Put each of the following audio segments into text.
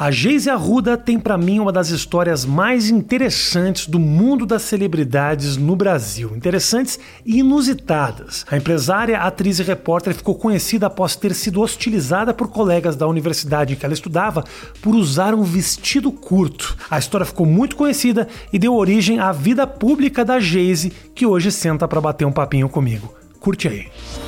A Geise Arruda tem pra mim uma das histórias mais interessantes do mundo das celebridades no Brasil. Interessantes e inusitadas. A empresária, atriz e repórter ficou conhecida após ter sido hostilizada por colegas da universidade em que ela estudava por usar um vestido curto. A história ficou muito conhecida e deu origem à vida pública da Geise, que hoje senta pra bater um papinho comigo. Curte aí.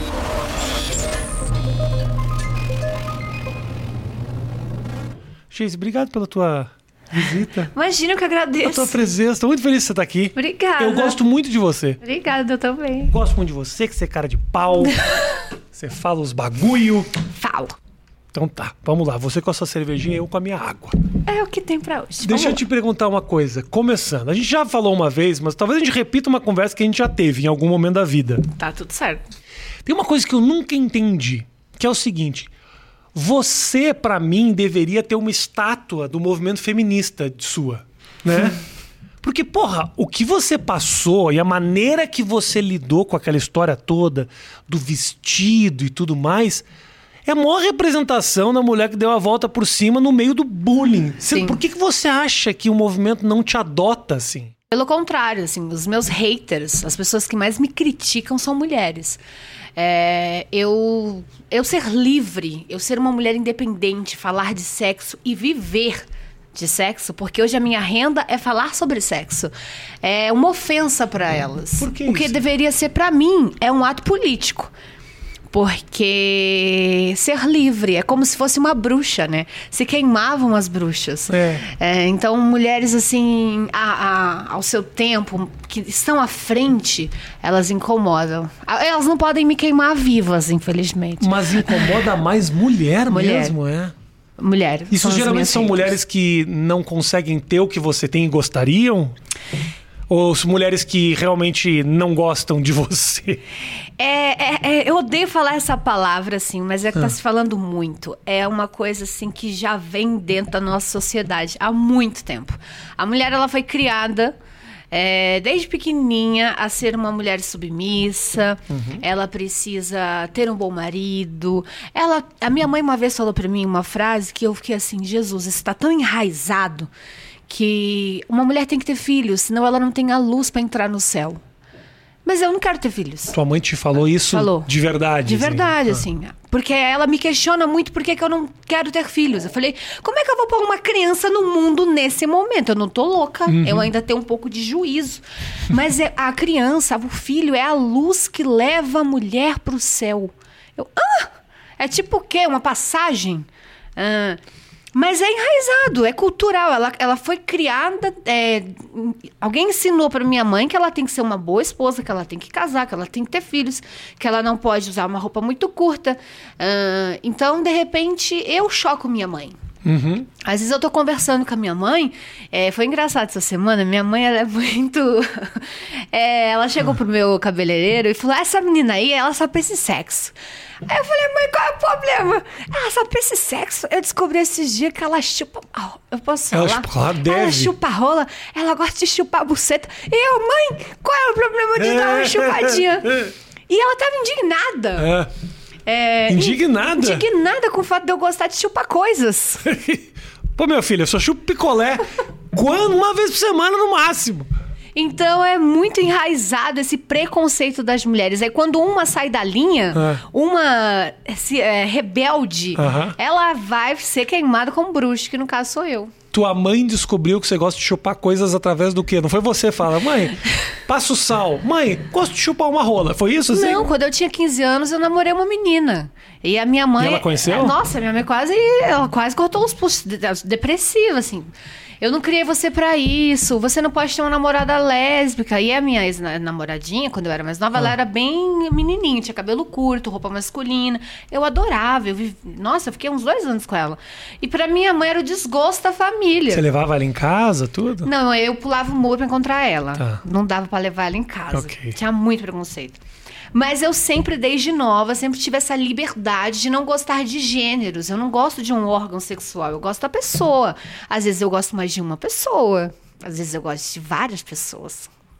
Geise, obrigado pela tua visita. Imagina que eu agradeço. A tua presença. Estou muito feliz de você estar aqui. Obrigada. Eu gosto muito de você. Obrigada, eu também. Gosto muito de você, que você é cara de pau. Você fala os bagulho. Falo. Então tá, vamos lá. Você com a sua cervejinha e eu com a minha água. É o que tem pra hoje. Deixa eu te perguntar uma coisa. Começando. A gente já falou uma vez, mas talvez a gente repita uma conversa que a gente já teve em algum momento da vida. Tá tudo certo. Tem uma coisa que eu nunca entendi, que é o seguinte... Você, pra mim, deveria ter uma estátua do movimento feminista sua, né? Porque, porra, o que você passou e a maneira que você lidou com aquela história toda, do vestido e tudo mais, é a maior representação da mulher que deu a volta por cima no meio do bullying. Sim. Por que você acha que o movimento não te adota assim? Pelo contrário, assim, os meus haters, as pessoas que mais me criticam são mulheres. Eu ser livre, eu ser uma mulher independente, falar de sexo e viver de sexo, porque hoje a minha renda é falar sobre sexo. É uma ofensa para elas. Por que o que isso? deveria ser para mim é um ato político. Porque ser livre é como se fosse uma bruxa, né? Se queimavam as bruxas. Então, mulheres assim, ao seu tempo, que estão à frente, elas incomodam. Elas não podem me queimar vivas, infelizmente. Mas incomoda mais mulher mesmo, é? Mulher. Isso geralmente são mulheres que não conseguem ter o que você tem e gostariam? Ou mulheres que realmente não gostam de você? Eu odeio falar essa palavra, assim, mas é que tá se falando muito. É uma coisa, assim, que já vem dentro da nossa sociedade há muito tempo. A mulher, ela foi criada... desde pequenininha a ser uma mulher submissa. Ela precisa ter um bom marido. A minha mãe uma vez falou pra mim uma frase que eu fiquei assim, Jesus, isso tá tão enraizado que uma mulher tem que ter filhos, senão ela não tem a luz pra entrar no céu. Mas eu não quero ter filhos. Tua mãe te falou isso? Falou. De verdade? De verdade, assim. Porque ela me questiona muito por que eu não quero ter filhos. Eu falei, como é que eu vou pôr uma criança no mundo nesse momento? Eu não tô louca. Eu ainda tenho um pouco de juízo. Mas a criança, o filho, é a luz que leva a mulher pro céu. É tipo o quê? Uma passagem? Mas é enraizado, é cultural. Ela foi criada... alguém ensinou pra minha mãe que ela tem que ser uma boa esposa, que ela tem que casar, que ela tem que ter filhos, que ela não pode usar uma roupa muito curta. Então, de repente, eu choco minha mãe. Às vezes eu tô conversando com a minha mãe. Foi engraçado essa semana. Minha mãe, ela é muito... ela chegou pro meu cabeleireiro e falou, essa menina aí, ela só pensa em sexo. Aí eu falei, mãe, qual é o problema? Ela só pensa em sexo. Eu descobri esses dias que ela chupa... eu posso falar? Claro, deve. Ela chupa rola, ela gosta de chupar a buceta. E eu, mãe, qual é o problema de dar uma chupadinha? E ela tava indignada. Indignada? Indignada com o fato de eu gostar de chupar coisas. Pô, meu filho, eu só chupo picolé uma vez por semana no máximo. Então é muito enraizado esse preconceito das mulheres. Aí quando uma sai da linha, uma rebelde, ela vai ser queimada como bruxa, que no caso sou eu. Tua mãe descobriu que você gosta de chupar coisas através do quê? Não foi você que fala, mãe, passa o sal. Mãe, gosto de chupar uma rola. Foi isso assim? Não, quando eu tinha 15 anos, eu namorei uma menina. E a minha mãe... E ela conheceu? Nossa, minha mãe quase cortou os pulsos, depressiva, assim. Eu não criei você pra isso. Você não pode ter uma namorada lésbica. E a minha ex-namoradinha, quando eu era mais nova, ela era bem menininha. Tinha cabelo curto, roupa masculina. Eu adorava. Nossa, eu fiquei uns 2 anos com ela. E pra minha mãe era o desgosto da família. Você levava ela em casa, tudo? Não, eu pulava o muro pra encontrar ela. Tá. Não dava pra levar ela em casa. Ok. Tinha muito preconceito. Mas eu sempre, desde nova, sempre tive essa liberdade de não gostar de gêneros. Eu não gosto de um órgão sexual, eu gosto da pessoa. Às vezes eu gosto mais de uma pessoa, às vezes eu gosto de várias pessoas.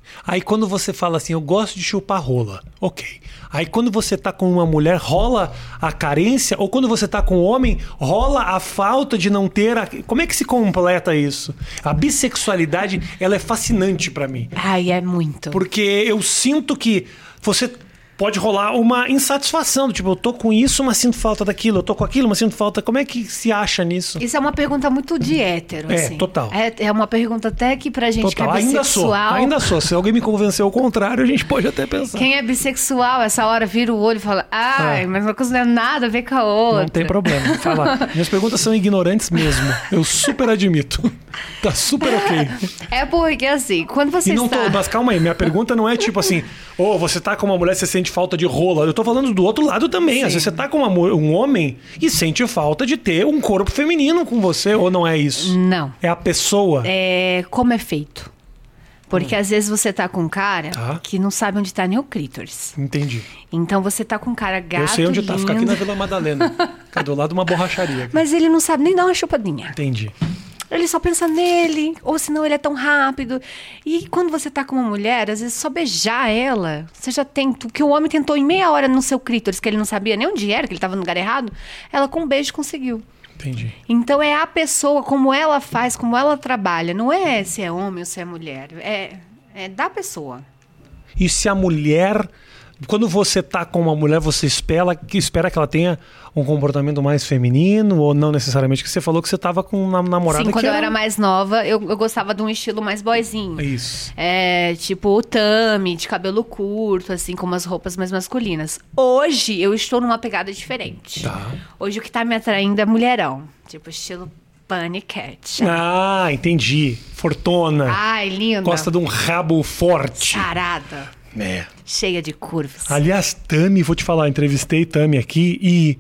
Aí quando você fala assim, eu gosto de chupar rola, ok. Aí quando você tá com uma mulher, rola a carência? Ou quando você tá com um homem, rola a falta de não ter... Como é que se completa isso? A bissexualidade, ela é fascinante pra mim. Ai, é muito. Porque eu sinto que você... Pode rolar uma insatisfação, tipo, eu tô com isso, mas sinto falta daquilo, eu tô com aquilo, mas sinto falta. Como é que se acha nisso? Isso é uma pergunta muito de hétero, assim. Total. É uma pergunta até que pra gente Total. que é bissexual... Ainda sou. Se alguém me convencer ao contrário, a gente pode até pensar. Quem é bissexual, essa hora vira o olho e fala, mas uma coisa não é nada a ver com a outra. Não tem problema, fala. Minhas perguntas são ignorantes mesmo. Eu super admito. Tá super ok. É porque, assim, quando você Mas calma aí, minha pergunta não é tipo assim, você tá com uma mulher, você sente falta de rola. Eu tô falando do outro lado também. Sim. Às vezes você tá com um homem e sente falta de ter um corpo feminino com você, ou não é isso? Não. É a pessoa? É como é feito. Porque às vezes você tá com um cara que não sabe onde tá nem o clítoris. Entendi. Então você tá com um cara gato, eu sei onde lindo. Tá, fica aqui na Vila Madalena. Fica do lado de uma borracharia. Mas ele não sabe nem dar uma chupadinha. Entendi. Ele só pensa nele, ou senão ele é tão rápido. E quando você tá com uma mulher, às vezes só beijar ela, você já tem... O que o homem tentou em meia hora no seu clítoris, que ele não sabia nem onde era, que ele tava no lugar errado, ela com um beijo conseguiu. Entendi. Então é a pessoa, como ela faz, como ela trabalha. Não é se é homem ou se é mulher. É da pessoa. E se a mulher... Quando você tá com uma mulher, você espera que ela tenha um comportamento mais feminino ou não necessariamente? Que você falou que você tava com uma namorada que Sim, quando eu era mais nova, eu gostava de um estilo mais boyzinho. Isso. Tipo o Tami, de cabelo curto, assim, com umas roupas mais masculinas. Hoje, eu estou numa pegada diferente. Tá. Hoje, o que tá me atraindo é mulherão. Tipo, estilo Bunny Cat. Ah, entendi. Fortona. Ai, linda. Gosta de um rabo forte. Sarada. Cheia de curvas. Aliás, Tami, vou te falar, entrevistei Tami aqui e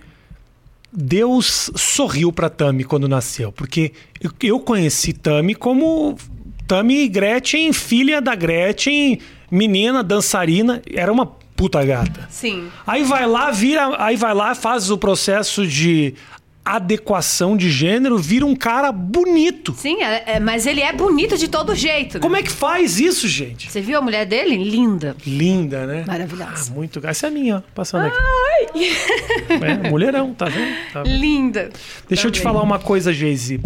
Deus sorriu pra Tami quando nasceu, porque eu conheci Tami como Tami Gretchen, filha da Gretchen, menina, dançarina, era uma puta gata. Sim. Aí vai lá, faz o processo de adequação de gênero, vira um cara bonito. Sim, mas ele é bonito de todo jeito. Né? Como é que faz isso, gente? Você viu a mulher dele? Linda. Linda, né? Maravilhosa. Muito. Essa é a minha, passando aqui. Mulherão, tá vendo? Tá vendo? Linda. Deixa eu te falar uma coisa, Geise.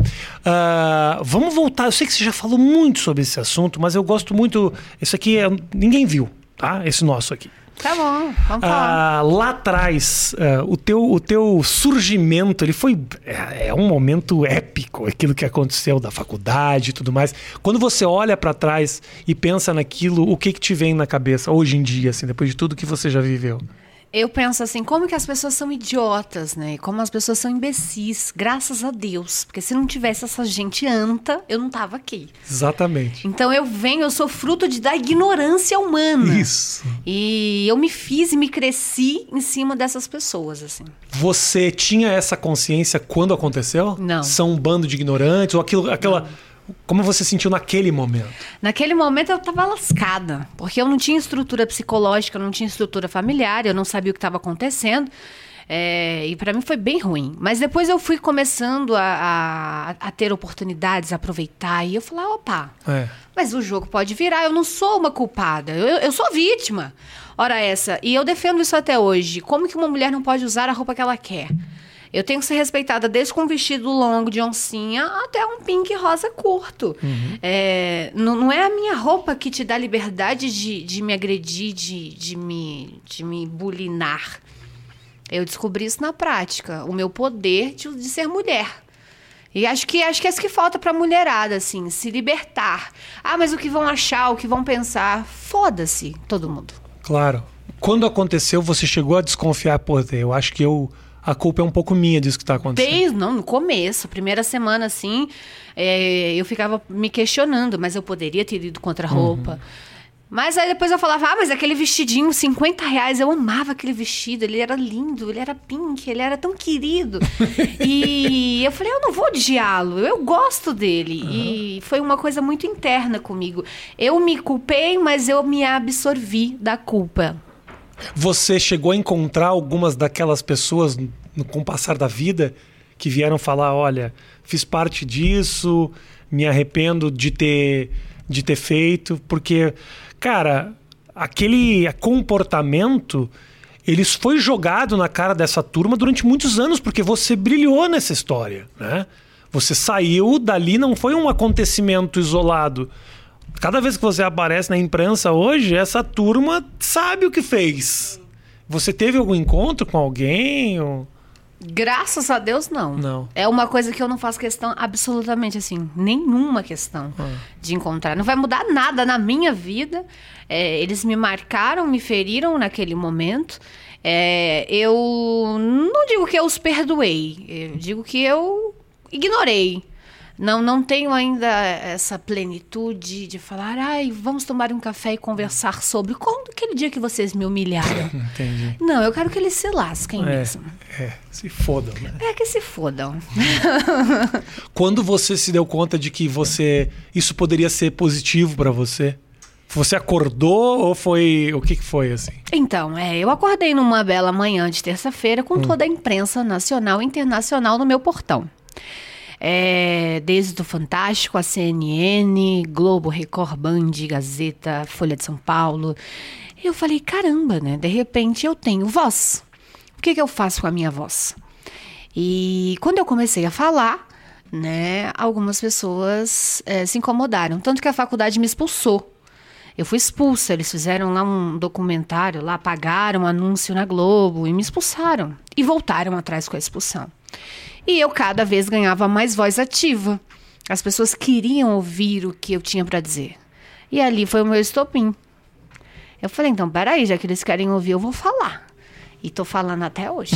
Vamos voltar. Eu sei que você já falou muito sobre esse assunto, mas eu gosto muito. Isso aqui ninguém viu, tá? Esse nosso aqui. Tá bom, vamos falar. Lá atrás, o teu surgimento, ele foi... É um momento épico, aquilo que aconteceu da faculdade e tudo mais. Quando você olha pra trás e pensa naquilo, o que te vem na cabeça hoje em dia, assim, depois de tudo que você já viveu? Eu penso assim, como que as pessoas são idiotas, né? Como as pessoas são imbecis, graças a Deus. Porque se não tivesse essa gente anta, eu não tava aqui. Exatamente. Então eu sou fruto da ignorância humana. Isso. E eu me fiz e me cresci em cima dessas pessoas, assim. Você tinha essa consciência quando aconteceu? Não. São um bando de ignorantes? Ou aquela... Como você sentiu naquele momento? Naquele momento eu tava lascada, porque eu não tinha estrutura psicológica, eu não tinha estrutura familiar, eu não sabia o que estava acontecendo. E para mim foi bem ruim. Mas depois eu fui começando a ter oportunidades, a aproveitar. E eu falei, opa, mas o jogo pode virar, eu não sou uma culpada, eu sou vítima. Ora essa, e eu defendo isso até hoje. Como que uma mulher não pode usar a roupa que ela quer? Eu tenho que ser respeitada desde com um vestido longo de oncinha até um pink rosa curto. Uhum. Não é a minha roupa que te dá liberdade de me agredir, de me bulinar. Eu descobri isso na prática. O meu poder de ser mulher. E acho que é isso que falta pra mulherada, assim, se libertar. Mas o que vão achar, o que vão pensar? Foda-se, todo mundo. Claro. Quando aconteceu, você chegou a desconfiar, eu acho que a culpa é um pouco minha disso que está acontecendo. No começo, primeira semana, assim, eu ficava me questionando, mas eu poderia ter ido contra a roupa. Uhum. Mas aí depois eu falava, mas aquele vestidinho, R$50, eu amava aquele vestido, ele era lindo, ele era pink, ele era tão querido. E eu falei, eu não vou odiá-lo, eu gosto dele. Uhum. E foi uma coisa muito interna comigo. Eu me culpei, mas eu me absorvi da culpa. Você chegou a encontrar algumas daquelas pessoas com o passar da vida que vieram falar, olha, fiz parte disso, me arrependo de ter de ter feito, porque, cara, aquele comportamento, ele foi jogado na cara dessa turma durante muitos anos, porque você brilhou nessa história, né? Você saiu dali, não foi um acontecimento isolado. Cada vez que você aparece na imprensa hoje, essa turma sabe o que fez. Você teve algum encontro com alguém? Ou... Graças a Deus, não. Não. É uma coisa que eu não faço questão absolutamente, assim, nenhuma questão de encontrar. Não vai mudar nada na minha vida. Eles me marcaram, me feriram naquele momento. Eu não digo que eu os perdoei. Eu digo que eu ignorei. Não tenho ainda essa plenitude de falar, vamos tomar um café e conversar sobre aquele dia que vocês me humilharam. Entendi. Não, eu quero que eles se lasquem mesmo. Se fodam, né? Que se fodam. Quando você se deu conta de que isso poderia ser positivo pra você? Você acordou ou foi... O que foi, assim? Então, eu acordei numa bela manhã de terça-feira com toda a imprensa nacional e internacional no meu portão. Desde o Fantástico, a CNN, Globo, Record, Band, Gazeta, Folha de São Paulo. Eu falei, caramba, né? De repente eu tenho voz. O que eu faço com a minha voz? E quando eu comecei a falar, né, algumas pessoas se incomodaram. Tanto que a faculdade me expulsou. Eu fui expulsa, eles fizeram lá um documentário, lá pagaram um anúncio na Globo e me expulsaram. E voltaram atrás com a expulsão. E eu cada vez ganhava mais voz ativa. As pessoas queriam ouvir o que eu tinha para dizer. E ali foi o meu estopim. Eu falei, então, peraí, já que eles querem ouvir, eu vou falar. E tô falando até hoje.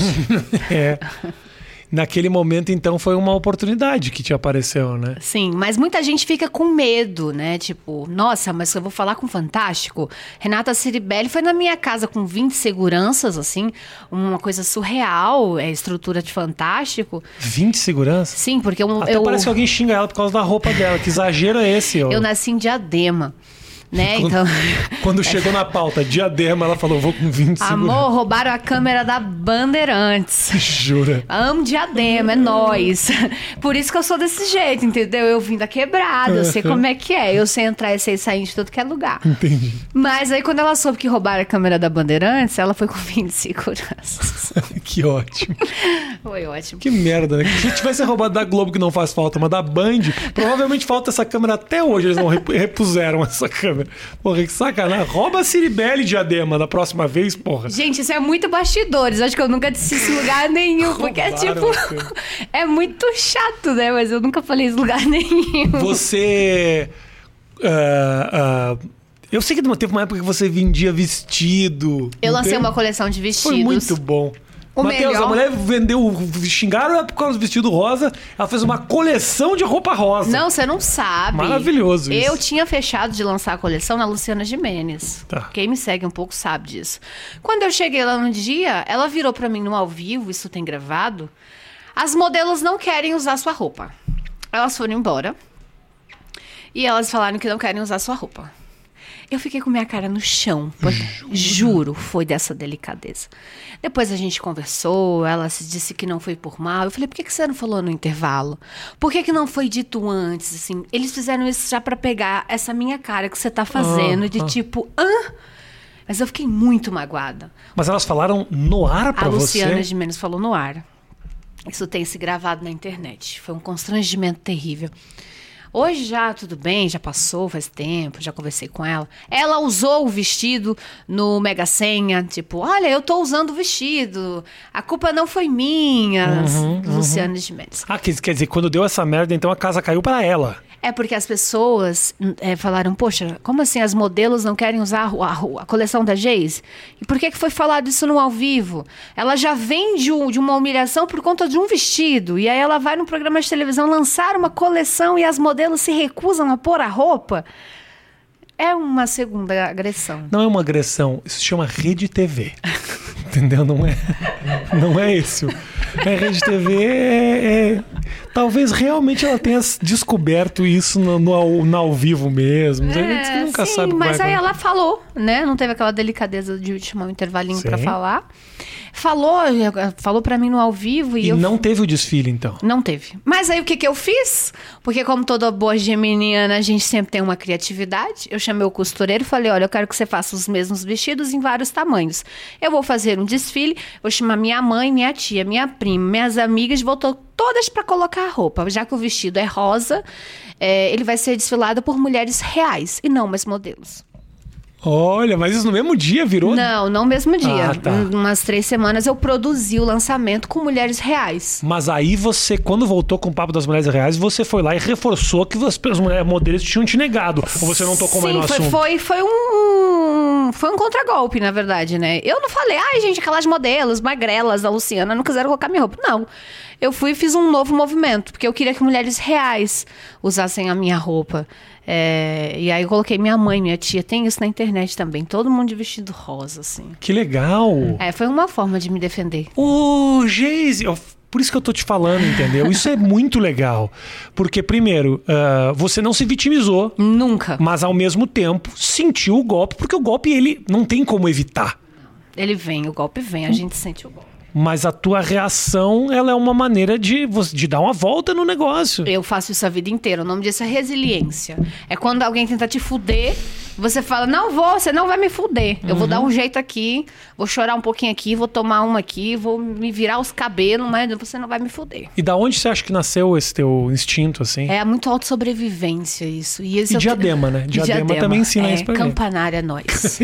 Naquele momento, então, foi uma oportunidade que te apareceu, né? Sim, mas muita gente fica com medo, né? Tipo, nossa, mas eu vou falar com o Fantástico? Renata Ciribelli foi na minha casa com 20 seguranças, assim, uma coisa surreal, estrutura de Fantástico. 20 seguranças? Sim, porque Até parece que alguém xinga ela por causa da roupa dela. Que exagero é esse? Eu nasci em Diadema. Né? Quando chegou na pauta, Diadema, ela falou, vou com 20 segundos. Amor, roubaram a câmera da Bandeirantes. Jura? Amo Diadema, é nóis. Por isso que eu sou desse jeito, entendeu? Eu vim da quebrada, eu sei como é que é. Eu sei entrar e sei sair de tudo que é lugar. Entendi. Mas aí quando ela soube que roubaram a câmera da Bandeirantes, ela foi com 20 seguranças. Que ótimo. Foi ótimo. Que merda, né? Se tivesse roubado da Globo, que não faz falta, mas da Band, provavelmente falta essa câmera até hoje. Eles não repuseram essa câmera. Porra, que sacanagem. Rouba a Ciribelli, Diadema, da próxima vez, porra. Gente, isso é muito bastidores. Acho que eu nunca disse isso em lugar nenhum. Porque é tipo... é muito chato, né? Mas eu nunca falei isso em lugar nenhum. Você... eu sei que teve uma época que você vendia vestido. Eu lancei uma coleção de vestidos. Foi muito bom. Matheus, a mulher xingaram ela por causa do vestido rosa. Ela fez uma coleção de roupa rosa. Não, você não sabe. Maravilhoso isso. Eu tinha fechado de lançar a coleção na Luciana Gimenez. Tá. Quem me segue um pouco sabe disso. Quando eu cheguei lá no dia, ela virou pra mim no ao vivo, isso tem gravado. As modelos não querem usar sua roupa. Elas foram embora. E elas falaram que não querem usar sua roupa. Eu fiquei com minha cara no chão. Juro, foi dessa delicadeza. Depois a gente conversou, ela se disse que não foi por mal. Eu falei, por que você não falou no intervalo? Por que não foi dito antes? Assim, eles fizeram isso já pra pegar essa minha cara que você tá fazendo, de tipo, Mas eu fiquei muito magoada. Mas elas falaram no ar pra você? A Luciana Gimenez falou no ar. Isso tem se gravado na internet. Foi um constrangimento terrível. Hoje já tudo bem, já passou, faz tempo, já conversei com ela. Ela usou o vestido no Mega Senha, tipo, olha, eu tô usando o vestido, a culpa não foi minha, Luciana Gimenez. Quer dizer, quando deu essa merda, então a casa caiu pra ela. É porque as pessoas falaram, poxa, como assim as modelos não querem usar a coleção da Geise? E por que foi falado isso no ao vivo? Ela já vem de uma humilhação por conta de um vestido. E aí ela vai num programa de televisão lançar uma coleção e as modelos se recusam a pôr a roupa. É uma segunda agressão. Não é uma agressão, isso se chama Rede TV. Entendeu? Não é isso. A Rede TV talvez realmente ela tenha descoberto isso no ao vivo mesmo. A gente nunca sabe. Mas aí ela falou, né? Não teve aquela delicadeza de chamar um intervalinho pra falar. Falou pra mim no ao vivo E não teve o desfile, então? Não teve. Mas aí o que eu fiz? Porque como toda boa geminiana, a gente sempre tem uma criatividade. Eu chamei o costureiro e falei, olha, eu quero que você faça os mesmos vestidos em vários tamanhos. Eu vou fazer um desfile, vou chamar minha mãe, minha tia, minha prima, minhas amigas, voltou todas pra colocar a roupa. Já que o vestido é rosa, ele vai ser desfilado por mulheres reais e não mais modelos. Olha, mas isso no mesmo dia virou? Não no mesmo dia. Ah, tá. Umas 3 semanas eu produzi o lançamento com mulheres reais. Mas aí você, quando voltou com o papo das mulheres reais, você foi lá e reforçou que as mulheres modelos tinham te negado. Ou você não tocou mais no assunto? Foi um contragolpe, na verdade, né? Eu não falei, ai, gente, aquelas modelos magrelas da Luciana não quiseram colocar minha roupa. Não. Eu fui e fiz um novo movimento, porque eu queria que mulheres reais usassem a minha roupa. E aí eu coloquei minha mãe, minha tia, tem isso na internet também, todo mundo de vestido rosa, assim. Que legal! Foi uma forma de me defender. Ô, Geise, por isso que eu tô te falando, entendeu? Isso é muito legal. Porque, primeiro, você não se vitimizou. Nunca. Mas, ao mesmo tempo, sentiu o golpe, porque o golpe, ele não tem como evitar. Ele vem, o golpe vem, a gente sente o golpe. Mas a tua reação, ela é uma maneira de dar uma volta no negócio. Eu faço isso a vida inteira. O nome disso é resiliência. É quando alguém tenta te fuder, você fala, você não vai me fuder. Eu vou dar um jeito aqui, vou chorar um pouquinho aqui, vou tomar uma aqui, vou me virar os cabelos, mas você não vai me fuder. E da onde você acha que nasceu esse teu instinto, assim? É muito autossobrevivência isso. E Diadema, né? Diadema também ensina isso pra gente. Campanária nós.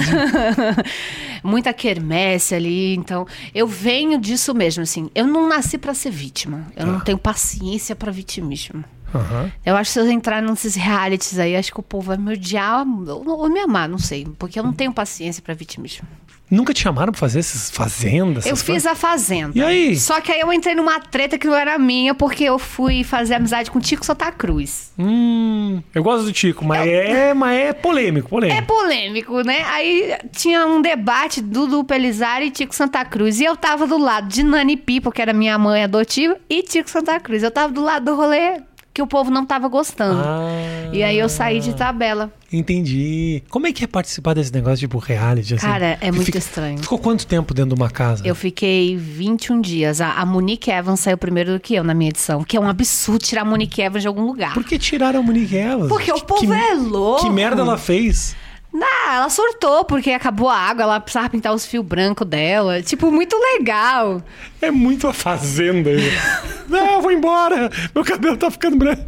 Muita quermesse ali, então... Eu venho disso mesmo, assim. Eu não nasci pra ser vítima. Eu não tenho paciência pra vitimismo. Eu acho que se eu entrar nesses realities aí, acho que o povo vai me odiar ou me amar, não sei. Porque eu não tenho paciência pra vitimismo. Nunca te chamaram pra fazer essas fazendas? Eu fiz a Fazenda. E aí? Só que aí eu entrei numa treta que não era minha, porque eu fui fazer amizade com o Tico Santa Cruz. Eu gosto do Tico, mas é polêmico. É polêmico, né? Aí tinha um debate do Pelizar e Tico Santa Cruz. E eu tava do lado de Nani Pipo, que era minha mãe adotiva, e Tico Santa Cruz. Eu tava do lado do rolê que o povo não tava gostando. E aí eu saí de tabela. Entendi. Como é que é participar desse negócio tipo reality? Assim? Cara, é muito estranho. Ficou quanto tempo dentro de uma casa? Eu fiquei 21 dias. A Monique Evans saiu primeiro do que eu na minha edição. Que é um absurdo tirar a Monique Evans de algum lugar. Por que tiraram a Monique Evans? Porque o povo é louco. Que merda ela fez? Ela surtou porque acabou a água, ela precisava pintar os fios brancos dela. Tipo, muito legal. É muito a Fazenda. Não, eu vou embora. Meu cabelo tá ficando branco.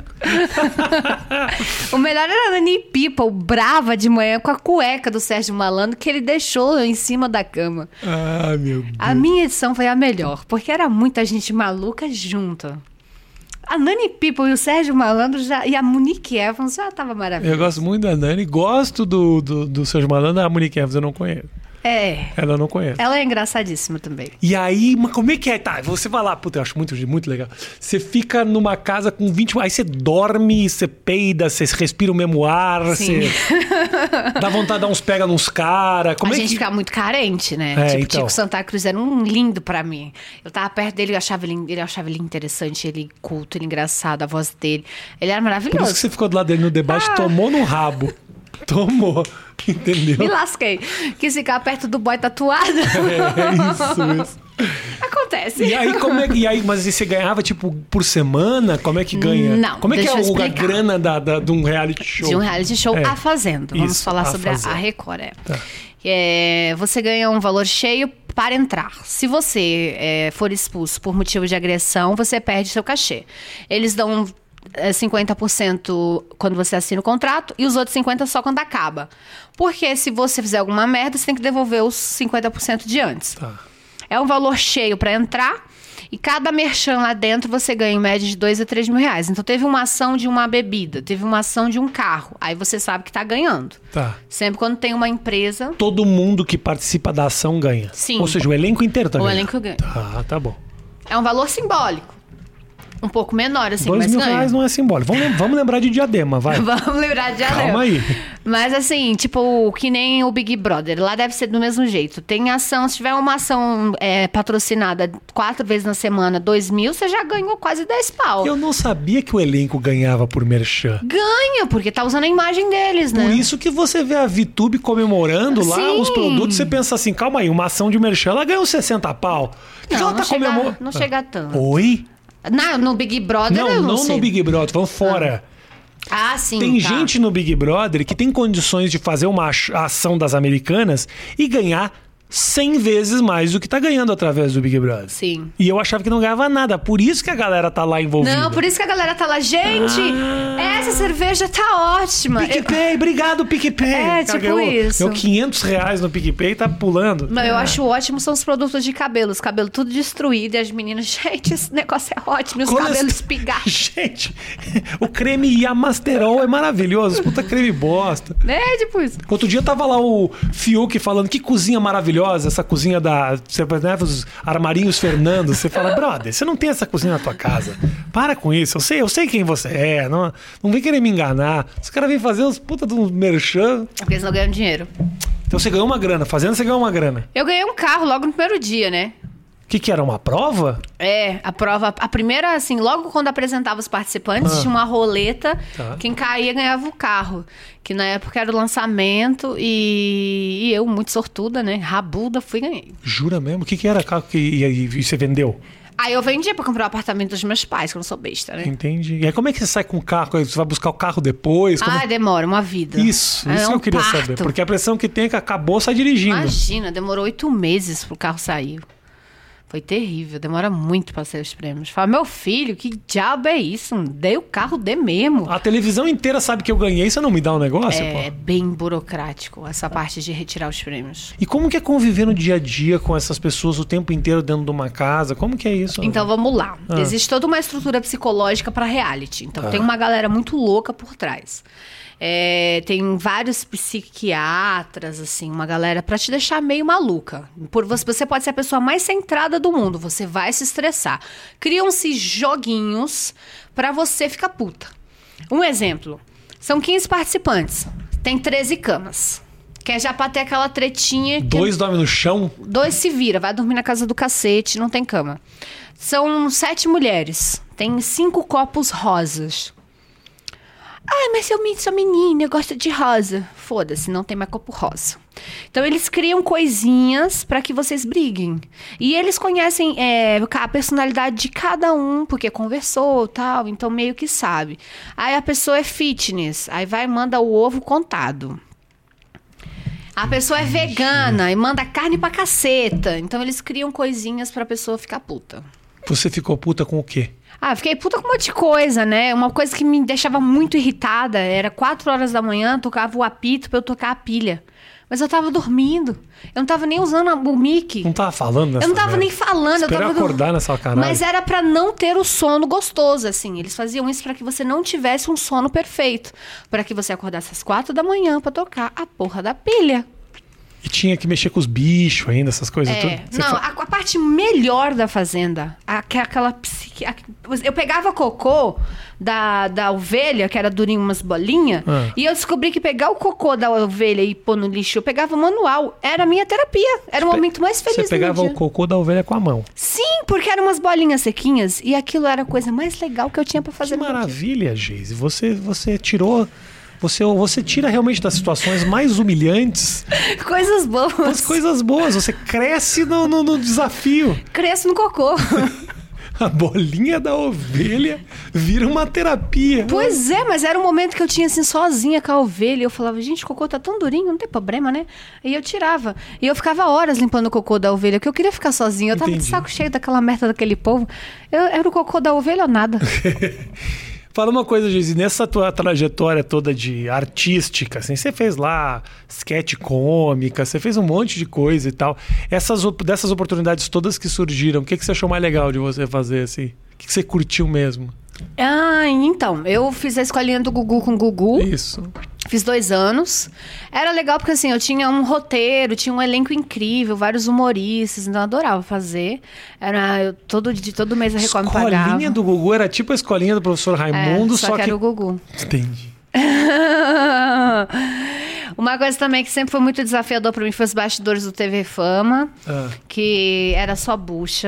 O melhor era a Nani People, brava de manhã com a cueca do Sérgio Malandro que ele deixou em cima da cama. Meu Deus. A minha edição foi a melhor, porque era muita gente maluca junta. A Nani People e o Sérgio Malandro e a Monique Evans já tava maravilhosa. Eu gosto muito da Nani, gosto do Sérgio Malandro, a Monique Evans eu não conheço. Ela eu não conhece. Ela é engraçadíssima também. E aí, mas como é que é? Tá, você vai lá, puta, eu acho muito, muito legal. Você fica numa casa com 20... Aí você dorme, você peida, você respira o mesmo ar, você dá vontade de dar uns pega nos caras. A gente fica muito carente, né? Tipo, Tico Santa Cruz era um lindo pra mim. Eu tava perto dele, eu achava ele interessante, ele culto, ele engraçado, a voz dele. Ele era maravilhoso. Por isso que você ficou do lado dele no debate, tomou no rabo. Tomou, entendeu? Me lasquei. Quis ficar perto do boy tatuado. Isso. Acontece. E aí, mas você ganhava, tipo, por semana? Como é que ganha? Não, como é que é a grana de um reality show? De um reality show, A Fazenda. Vamos falar sobre a Record. Tá. Você ganha um valor cheio para entrar. Se você for expulso por motivo de agressão, você perde seu cachê. Eles dão 50% quando você assina o contrato e os outros 50% só quando acaba. Porque se você fizer alguma merda, você tem que devolver os 50% de antes. Tá. É um valor cheio para entrar e cada merchan lá dentro você ganha em média de 2 a 3 mil reais. Então teve uma ação de uma bebida, teve uma ação de um carro. Aí você sabe que tá ganhando. Tá. Sempre quando tem uma empresa... Todo mundo que participa da ação ganha? Sim. Ou seja, o elenco inteiro tá ganhando? O elenco ganha. Tá bom. É um valor simbólico. Um pouco menor, assim, mas ganha. 2 mil reais não é simbólico. Vamos lembrar de Diadema, vai. Vamos lembrar de Diadema. Calma aí. Mas assim, tipo, que nem o Big Brother. Lá deve ser do mesmo jeito. Tem ação, se tiver uma ação patrocinada 4 vezes na semana, 2 mil, você já ganhou quase 10 pau. Eu não sabia que o elenco ganhava por merchan. Ganha, ganha, porque tá usando a imagem deles, né? Por isso que você vê a VTube comemorando lá Sim. os produtos, você pensa assim, calma aí, uma ação de merchan, ela ganhou 60 pau. Não, ela tá comemorando. não chega tanto. Oi? No Big Brother eu não sei. No Big Brother, vamos fora. Ah, sim, Tem tá. gente no Big Brother que tem condições de fazer uma ação das americanas e ganhar 100 vezes mais do que tá ganhando através do Big Brother. Sim. E eu achava que não ganhava nada. Por isso que a galera tá lá envolvida. Não, por isso que a galera tá lá. Gente, essa cerveja tá ótima. PicPay, obrigado, PicPay. É, tipo isso. Ganhou 500 reais no PicPay e tá pulando. Não, eu acho ótimo são os produtos de cabelo. Os cabelos tudo destruído. E as meninas, gente, esse negócio é ótimo. E os cabelos espigados. Gente, o creme Yamasterol é maravilhoso. Puta creme bosta. É, tipo isso. Outro dia tava lá o Fiuk falando que cozinha maravilhosa, essa cozinha da... Você, né, os armarinhos Fernando. Você fala, brother, você não tem essa cozinha na tua casa. Para com isso. Eu sei quem você é. Não vem querer me enganar. Os caras vêm fazer uns puta de um merchan. Porque eles não ganham dinheiro. Então você ganhou uma grana. Fazendo, você ganhou uma grana. Eu ganhei um carro logo no primeiro dia, né? O que era? Uma prova? É, a prova... A primeira, assim, logo quando apresentava os participantes, tinha uma roleta. Tá. Quem caía ganhava o carro. Que na época era o lançamento. E eu, muito sortuda, né? Rabuda, fui e ganhei. Jura mesmo? O que era carro e você vendeu? Aí eu vendi pra comprar o apartamento dos meus pais, que eu não sou besta, né? Entendi. E aí como é que você sai com o carro? Você vai buscar o carro depois? Como... Demora uma vida. Isso É que um eu queria parto. saber. Porque a pressão que tem é que acabou, sai dirigindo. Imagina, demorou 8 meses pro carro sair. Foi terrível, demora muito pra sair os prêmios. Fala, meu filho, que diabo é isso? Dei o carro, dê mesmo. A televisão inteira sabe que eu ganhei, você não me dá um negócio, É pô? bem burocrático essa parte de retirar os prêmios. E como que é conviver no dia a dia com essas pessoas o tempo inteiro dentro de uma casa? Como que é isso? Então vamos lá. Existe toda uma estrutura psicológica pra reality. Então tem uma galera muito louca por trás. Tem vários psiquiatras, assim, uma galera pra te deixar meio maluca. Você pode ser a pessoa mais centrada do mundo, você vai se estressar. Criam-se joguinhos pra você ficar puta. Um exemplo, são 15 participantes, tem 13 camas. Que é já pra ter aquela tretinha... 2 dormem no chão? 2 se vira, vai dormir na casa do cacete, não tem cama. São 7 mulheres, tem 5 copos rosas. Ai, mas eu sou menina, eu gosto de rosa. Foda-se, não tem mais copo rosa. Então, eles criam coisinhas pra que vocês briguem. E eles conhecem a personalidade de cada um, porque conversou e tal, então meio que sabe. Aí a pessoa é fitness, aí vai e manda o ovo contado. A pessoa é vegana e manda carne pra caceta. Então, eles criam coisinhas pra pessoa ficar puta. Você ficou puta com o quê? Fiquei puta com um monte de coisa, né? Uma coisa que me deixava muito irritada era 4 horas da manhã, tocava o apito pra eu tocar a pilha. Mas eu tava dormindo. Eu não tava nem usando o mic. Não tava falando nessa Eu não tava merda. nem falando. Esperei eu tava acordar nessa caralho. Mas era pra não ter o sono gostoso, assim. Eles faziam isso pra que você não tivesse um sono perfeito. Pra que você acordasse às 4 da manhã pra tocar a porra da pilha. E tinha que mexer com os bichos ainda, essas coisas tudo. Não, a parte melhor da fazenda, aquela eu pegava cocô da ovelha, que era durinho, umas bolinhas, e eu descobri que pegar o cocô da ovelha e pôr no lixo, eu pegava manual, era a minha terapia, era o momento mais feliz do Você pegava meu dia. o cocô da ovelha com a mão. Sim, porque eram umas bolinhas sequinhas, e aquilo era a coisa mais legal que eu tinha pra fazer. Que no meu dia. maravilha, Geise. Você tirou... Você tira realmente das situações mais humilhantes Coisas boas. as coisas boas. Você cresce no desafio. Cresço no cocô. A bolinha da ovelha vira uma terapia. Pois é, mas era um momento que eu tinha assim, sozinha com a ovelha. E eu falava, gente, o cocô tá tão durinho, não tem problema, né? E eu tirava. E eu ficava horas limpando o cocô da ovelha, porque eu queria ficar sozinha. Eu tava de saco cheio daquela merda daquele povo. Era o cocô da ovelha ou nada. Fala uma coisa, Geise, nessa tua trajetória toda de artística, assim, você fez lá sketch cômica, você fez um monte de coisa e tal. Dessas oportunidades todas que surgiram, o que você achou mais legal de você fazer, assim? O que você curtiu mesmo? Então, eu fiz a escolinha do Gugu com o Gugu. Isso. Fiz 2 anos. Era legal porque, assim, eu tinha um roteiro, tinha um elenco incrível, vários humoristas, então eu adorava fazer. Todo mês a Record me pagava. A escolinha do Gugu era tipo a escolinha do professor Raimundo, só que era o Gugu. Entendi. Uma coisa também que sempre foi muito desafiador pra mim foi os bastidores do TV Fama, que era só bucha.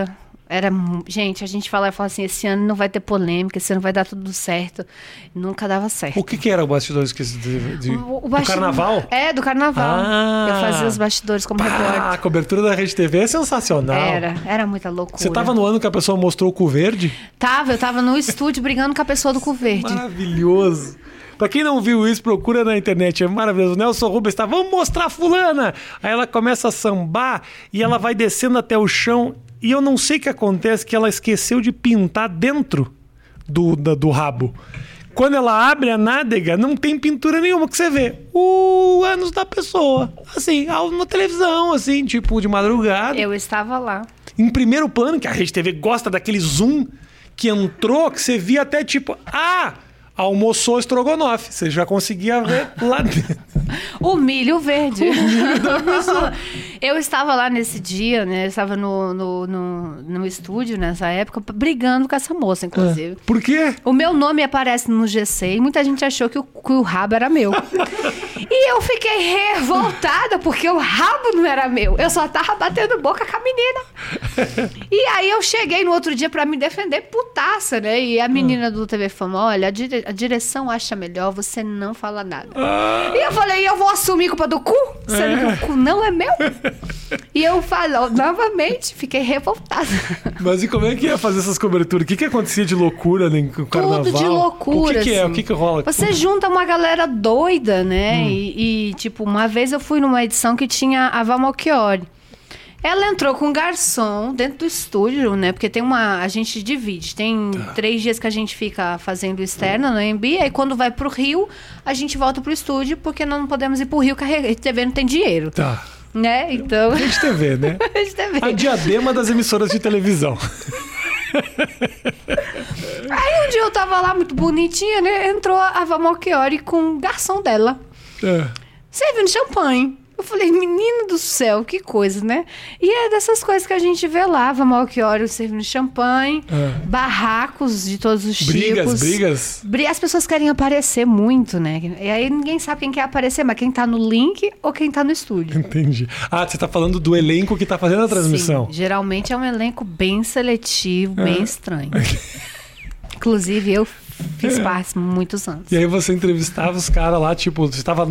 Gente, a gente falava assim, esse ano não vai ter polêmica, esse ano vai dar tudo certo. Nunca dava certo. O que era o bastidores do carnaval? Do carnaval. Eu fazia os bastidores como repórter. A cobertura da Rede TV é sensacional. Era muita loucura. Você tava no ano que a pessoa mostrou o cu verde? Eu tava no estúdio brigando com a pessoa do cu verde. Maravilhoso. Pra quem não viu isso, procura na internet, é maravilhoso. O Nelson Rubens tá, vamos mostrar a fulana. Aí ela começa a sambar e ela vai descendo até o chão. E eu não sei o que acontece, que ela esqueceu de pintar dentro do rabo. Quando ela abre a nádega, não tem pintura nenhuma que você vê. O ânus da pessoa. Assim, na televisão, assim, tipo, de madrugada. Eu estava lá. Em primeiro plano, que a Rede TV gosta daquele zoom que entrou, que você via até tipo... almoçou estrogonofe. Você já conseguia ver lá dentro. O milho verde. O milho da pessoa. Eu estava lá nesse dia, né? Eu estava no estúdio nessa época, brigando com essa moça, inclusive. Por quê? O meu nome aparece no GC e muita gente achou que o rabo era meu. E eu fiquei revoltada porque o rabo não era meu. Eu só tava batendo boca com a menina. E aí eu cheguei no outro dia pra me defender, putaça, né? E a menina do TV Fama, olha, a direção acha melhor você não falar nada. E eu falei, eu vou assumir culpa do cu? Sendo que o cu não é meu? E eu falo, novamente, fiquei revoltada. Mas e como é que ia fazer essas coberturas? O que acontecia de loucura no carnaval? Tudo de loucura. O que é? Assim. O que rola? Você junta uma galera doida, né? E, tipo, uma vez eu fui numa edição que tinha a Val Malchiori. Ela entrou com um garçom dentro do estúdio, né? Porque a gente divide. Tem 3 dias que a gente fica fazendo externa no AMB. Aí quando vai pro Rio, a gente volta pro estúdio, porque nós não podemos ir pro Rio, que a Rede TV não tem dinheiro. Né? Então... Rede TV, né? Rede TV. A diadema das emissoras de televisão. Aí um dia eu tava lá muito bonitinha, né? Entrou a Val Malchiori com o garçom dela. Servindo champanhe. Eu falei, menino do céu, que coisa, né? E é dessas coisas que a gente vê lá, Val Malchiori servindo champanhe, barracos de todos os tipos. Brigas? As pessoas querem aparecer muito, né? E aí ninguém sabe quem quer aparecer, mas quem tá no link ou quem tá no estúdio. Entendi. Você tá falando do elenco que tá fazendo a transmissão. Sim, geralmente é um elenco bem seletivo, bem estranho. Inclusive, eu fiz parte muitos anos. E aí você entrevistava os caras lá, tipo, você tava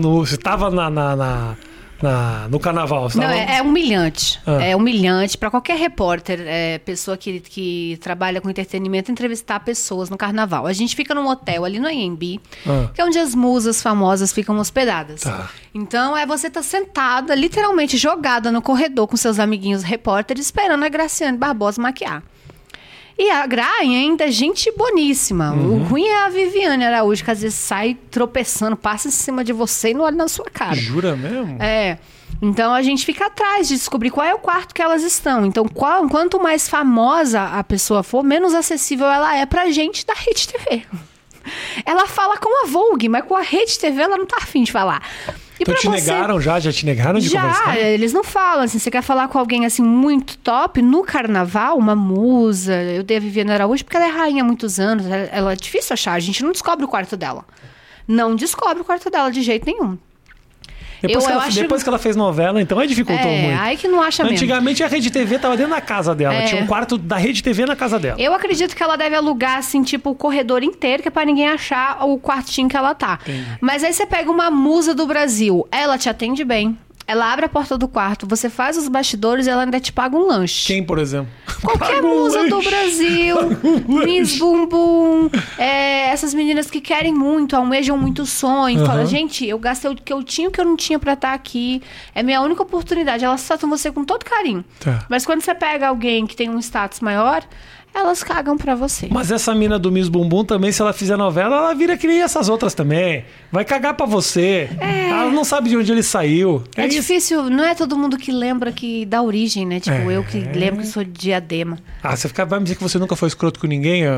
no carnaval. Não, é humilhante. É humilhante para qualquer repórter, pessoa que trabalha com entretenimento, entrevistar pessoas no carnaval. A gente fica num hotel ali no AMB, que é onde as musas famosas ficam hospedadas. Então, você tá sentada, literalmente jogada no corredor com seus amiguinhos repórteres, esperando a Graciane Barbosa maquiar. E a Grain ainda é gente boníssima. O ruim é a Viviane Araújo, que às vezes sai tropeçando, passa em cima de você e não olha na sua cara. Jura mesmo? Então a gente fica atrás de descobrir qual é o quarto que elas estão. Então, quanto mais famosa a pessoa for, menos acessível ela é pra gente da Rede TV. Ela fala com a Vogue, mas com a Rede TV ela não tá afim de falar. Então negaram já te negaram de conversar? Eles não falam, assim, você quer falar com alguém, assim, muito top, no carnaval, uma musa, eu dei a Viviane Araújo, porque ela é rainha há muitos anos, ela é difícil achar, a gente não descobre o quarto dela. Não descobre o quarto dela de jeito nenhum. Depois que ela fez novela, então dificultou muito. Aí que não acha mesmo. Antigamente a Rede TV tava dentro da casa dela. Tinha um quarto da Rede TV na casa dela. Eu acredito que ela deve alugar, assim, tipo, o corredor inteiro, que é pra ninguém achar o quartinho que ela tá. Entendi. Mas aí você pega uma musa do Brasil, ela te atende bem. Ela abre a porta do quarto, você faz os bastidores e ela ainda te paga um lanche. Quem, por exemplo? Qualquer musa do Brasil, Miss Bumbum, essas meninas que querem muito, almejam muito sonho. Fala, gente, eu gastei o que eu tinha, o que eu não tinha pra estar aqui. É minha única oportunidade. Elas tratam você com todo carinho. Mas quando você pega alguém que tem um status maior, elas cagam pra você. Mas essa mina do Miss Bumbum também, se ela fizer novela, ela vira que nem essas outras também. Vai cagar pra você. Ela não sabe de onde ele saiu. É difícil, não é todo mundo que lembra que dá origem, né? Tipo, eu que lembro que sou de Diadema. Você vai me dizer que você nunca foi escroto com ninguém?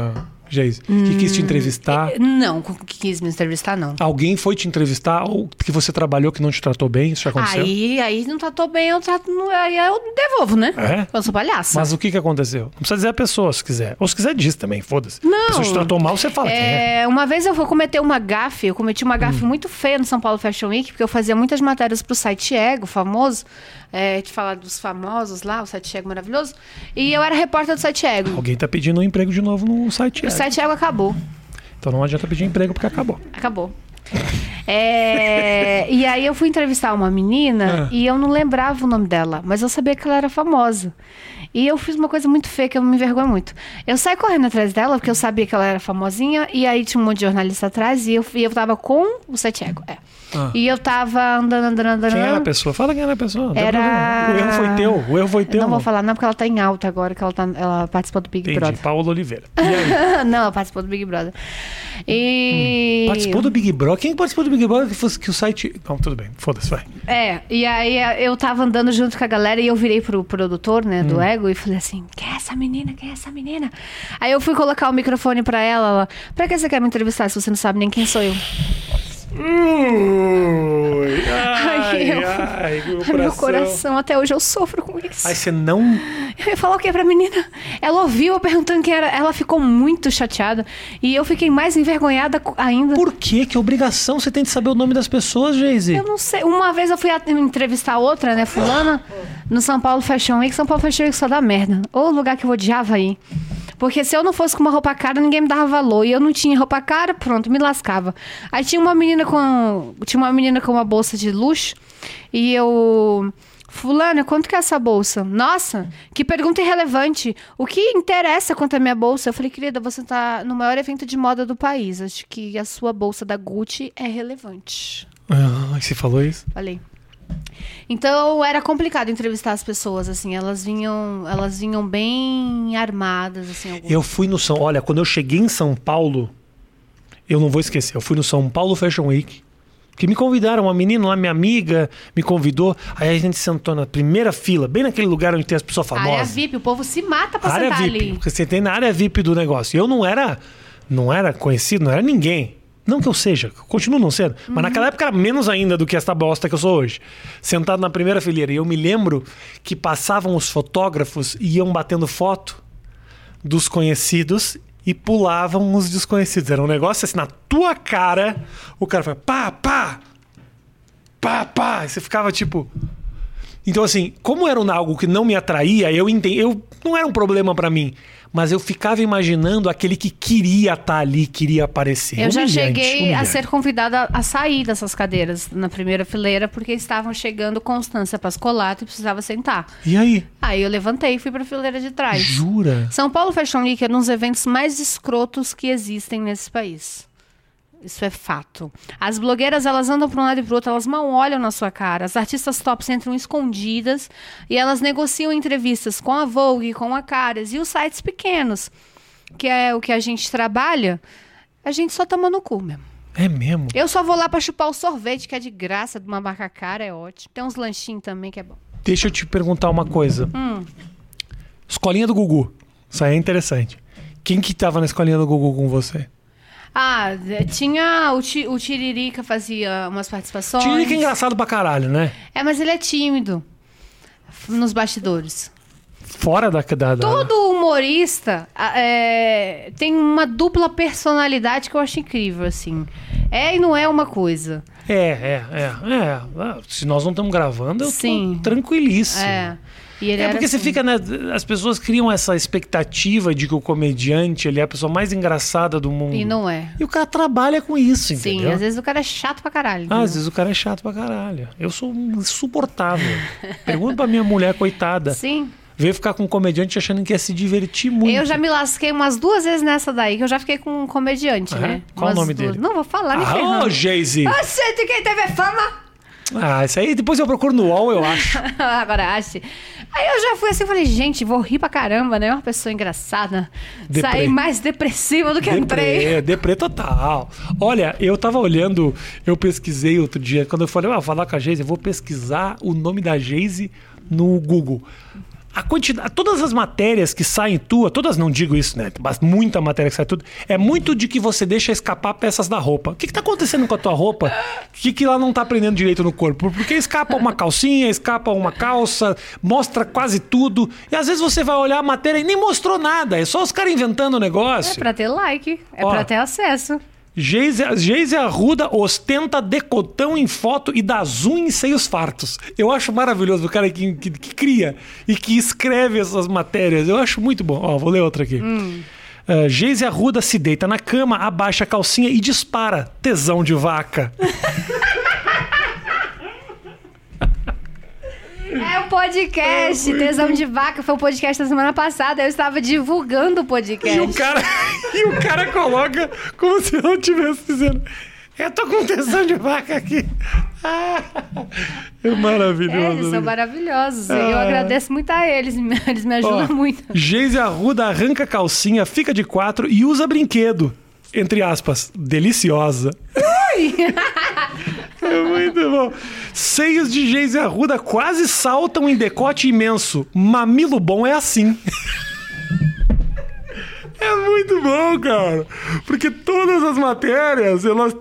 Geise? Que quis te entrevistar? Não, que quis me entrevistar, não. Alguém foi te entrevistar ou que você trabalhou que não te tratou bem? Isso já aconteceu? Aí não tratou bem, aí eu devolvo, né? Eu sou palhaça. Mas o que aconteceu? Não precisa dizer a pessoa, se quiser. Ou se quiser, diz também, foda-se. Não. A pessoa te tratou mal, você fala quem é. Uma vez eu cometi uma gafe muito feia no São Paulo Fashion Week, porque eu fazia muitas matérias pro site Ego, famoso, de falar dos famosos lá, o site Ego maravilhoso, e eu era repórter do site Ego. Alguém tá pedindo um emprego de novo no site Ego. O site Ego acabou. Então não adianta pedir emprego porque acabou. Acabou. E aí eu fui entrevistar uma menina e eu não lembrava o nome dela, mas eu sabia que ela era famosa. E eu fiz uma coisa muito feia, que eu me envergonho muito. Eu saí correndo atrás dela, porque eu sabia que ela era famosinha, e aí tinha um monte de jornalista atrás, e eu tava com o site Ego. E eu tava andando. Quem era a pessoa? Fala quem era a pessoa. Era... O erro foi teu. Não vou falar não, porque ela tá em alta agora, que ela participou do Big Brother. Paola Oliveira. E aí? Não, ela participou do Big Brother. Participou do Big Brother? Quem participou do Big Brother que o site... Não, tudo bem. Foda-se, vai. E aí eu tava andando junto com a galera e eu virei pro produtor, né, do Ego, e falei assim, quem é essa menina? Quem é essa menina? Aí eu fui colocar o microfone pra ela, pra que você quer me entrevistar se você não sabe nem quem sou eu? Meu coração, até hoje eu sofro com isso. Aí você não... Eu ia falar o que pra menina? Ela ouviu eu perguntando quem era. Ela ficou muito chateada. E eu fiquei mais envergonhada ainda. Por quê? Que obrigação você tem de saber o nome das pessoas, Geise? Eu não sei. Uma vez eu fui entrevistar outra, né, fulana, no São Paulo Fashion Week. São Paulo Fashion Week só dá merda. Ou lugar que eu odiava aí. Porque se eu não fosse com uma roupa cara, ninguém me dava valor. E eu não tinha roupa cara, pronto, me lascava. Aí tinha uma menina com uma bolsa de luxo. E eu... Fulana, quanto que é essa bolsa? Nossa, que pergunta irrelevante. O que interessa quanto é minha bolsa? Eu falei, querida, você tá no maior evento de moda do país. Acho que a sua bolsa da Gucci é relevante. Você falou isso? Falei. Então era complicado entrevistar as pessoas, assim, elas vinham bem armadas, assim. Algumas. Eu fui no Olha, quando eu cheguei em São Paulo, eu não vou esquecer, eu fui no São Paulo Fashion Week, que me convidaram, uma menina lá, minha amiga, me convidou, aí a gente sentou na primeira fila, bem naquele lugar onde tem as pessoas famosas. Área VIP, o povo se mata pra área sentar VIP, ali. Porque você tem na área VIP do negócio. Eu não era conhecido, não era ninguém. Não que eu seja, continuo não sendo, mas naquela época era menos ainda do que esta bosta que eu sou hoje. Sentado na primeira fileira. E eu me lembro que passavam os fotógrafos e iam batendo foto dos conhecidos e pulavam os desconhecidos. Era um negócio assim, na tua cara, o cara foi pá, pá, pá, pá. E você ficava tipo... Então assim, como era algo que não me atraía, eu não era um problema pra mim. Mas eu ficava imaginando aquele que queria estar ali, queria aparecer. Eu já cheguei a ser convidada a sair dessas cadeiras na primeira fileira, porque estavam chegando Constância Pascolato e precisava sentar. E aí? Aí eu levantei e fui pra fileira de trás. Jura? São Paulo Fashion Week é um dos eventos mais escrotos que existem nesse país. Isso é fato. As blogueiras, elas andam para um lado e para o outro, elas mal olham na sua cara. As artistas tops entram escondidas e elas negociam entrevistas com a Vogue, com a Caras e os sites pequenos, que é o que a gente trabalha, a gente só toma no cu mesmo. É mesmo? Eu só vou lá para chupar o sorvete, que é de graça, de uma marca cara, é ótimo. Tem uns lanchinhos também que é bom. Deixa eu te perguntar uma coisa. Escolinha do Gugu. Isso aí é interessante. Quem que tava na escolinha do Gugu com você? Tinha o Tiririca, fazia umas participações. Tiririca é engraçado pra caralho, né? Mas ele é tímido nos bastidores. Fora da... Todo humorista tem uma dupla personalidade que eu acho incrível, assim. E não é uma coisa. Se nós não estamos gravando, eu tô tranquilíssimo. E ele porque assim. você fica, né? As pessoas criam essa expectativa de que o comediante ele é a pessoa mais engraçada do mundo. E não é. E o cara trabalha com isso, entendeu? Sim, às vezes o cara é chato pra caralho. Às vezes o cara é chato pra caralho. Eu sou insuportável. Pergunta pra minha mulher, coitada. Sim. Veio ficar com um comediante achando que ia se divertir muito. Eu já me lasquei umas 2 vezes nessa daí, que eu já fiquei com um comediante, né? Qual o nome dele? Não vou falar, me ferrando. Ô, Geise! Você de quem teve fama? Isso aí depois eu procuro no UOL, eu acho. Agora ache. Aí eu já fui assim, falei, gente, vou rir pra caramba, né? Uma pessoa engraçada. Saí mais depressiva do que entrei. Deprê total. Olha, eu tava olhando, eu pesquisei outro dia, quando eu falei, falar com a Geise, eu vou pesquisar o nome da Geise no Google. a quantidade, todas as matérias que saem tua, todas não digo isso, né? Muita matéria que sai tudo, é muito de que você deixa escapar peças da roupa. O que tá acontecendo com a tua roupa? Que ela não tá prendendo direito no corpo? Porque escapa uma calcinha, escapa uma calça, mostra quase tudo. E às vezes você vai olhar a matéria e nem mostrou nada. É só os caras inventando o negócio. É pra ter like, pra ter acesso. Geise Arruda ostenta decotão em foto e dá zoom em seios fartos. Eu acho maravilhoso o cara que cria e que escreve essas matérias. Eu acho muito bom. Ó, vou ler outra aqui. Geise Arruda se deita na cama, abaixa a calcinha e dispara. Tesão de vaca. É o podcast Tesão de Vaca. Foi o podcast da semana passada. Eu estava divulgando o podcast. E o cara coloca como se não estivesse dizendo: eu tô com tesão de vaca aqui. É maravilhoso. Eles são maravilhosos. Eu agradeço muito a eles. Eles me ajudam muito. Geise Arruda arranca a calcinha, fica de 4 e usa brinquedo. Entre aspas, deliciosa. É muito bom. Seios de Geise Arruda quase saltam em decote imenso. Mamilo bom é assim. É muito bom, cara. Porque todas as matérias,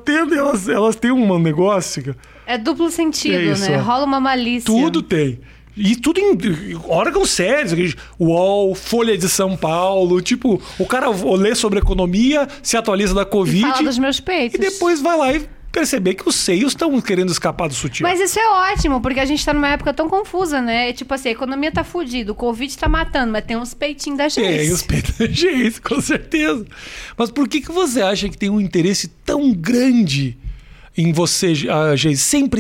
elas têm um negócio. É duplo sentido, né? Rola uma malícia. Tudo tem. E tudo em órgãos sérios. UOL, Folha de São Paulo. Tipo, o cara lê sobre economia, se atualiza da Covid. E fala dos meus peitos. E depois vai lá e perceber que os seios estão querendo escapar do sutiã. Mas isso é ótimo, porque a gente tá numa época tão confusa, né? Tipo assim, a economia tá fudida, o Covid tá matando, mas tem uns peitinhos da Geise. Tem os peitos da Geise, com certeza. Mas por que você acha que tem um interesse tão grande em você, Geise?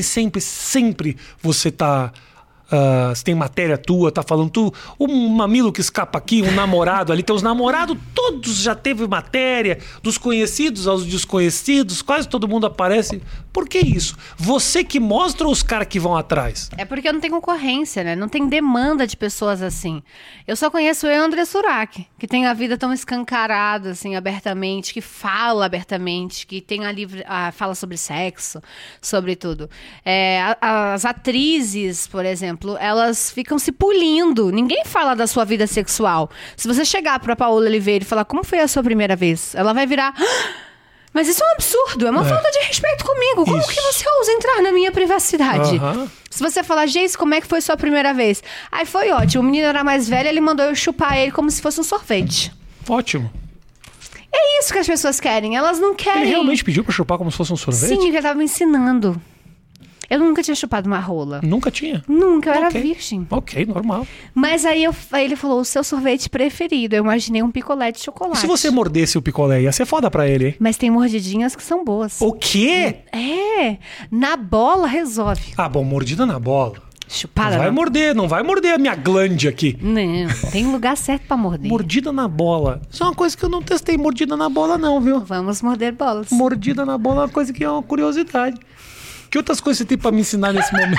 Sempre você tá... você tem matéria tua, tá falando um mamilo que escapa aqui, um namorado ali, teus namorados todos já teve matéria, dos conhecidos aos desconhecidos, quase todo mundo aparece. Por que isso? Você que mostra ou os caras que vão atrás? É porque não tem concorrência, né? Não tem demanda de pessoas assim. Eu só conheço eu e André Surak, que tem a vida tão escancarada, assim, abertamente, que fala abertamente, que tem fala sobre sexo, sobre tudo. As atrizes, por exemplo, elas ficam se polindo. Ninguém fala da sua vida sexual. Se você chegar pra Paola Oliveira e falar como foi a sua primeira vez, ela vai virar... Mas isso é um absurdo, é uma falta de respeito comigo. Como que você ousa entrar na minha privacidade? Se você falar, Geise, como é que foi sua primeira vez? Aí foi ótimo, o menino era mais velho, ele mandou eu chupar ele como se fosse um sorvete. Ótimo. É isso que as pessoas querem, elas não querem... Ele realmente pediu pra chupar como se fosse um sorvete? Sim, ele tava me ensinando. Eu nunca tinha chupado uma rola. Nunca tinha? Nunca, eu era virgem. Ok, normal. Mas aí ele falou, o seu sorvete preferido. Eu imaginei um picolé de chocolate. E se você mordesse o picolé, ia ser foda pra ele, hein? Mas tem mordidinhas que são boas. O quê? Na bola resolve. Ah, bom, mordida na bola. Chupada. Não vai morder a minha glande aqui. Não, tem lugar certo pra morder. Mordida na bola. Isso é uma coisa que eu não testei, mordida na bola não, viu? Vamos morder bolas. Mordida na bola é uma coisa que é uma curiosidade. Que outras coisas você tem pra me ensinar nesse momento?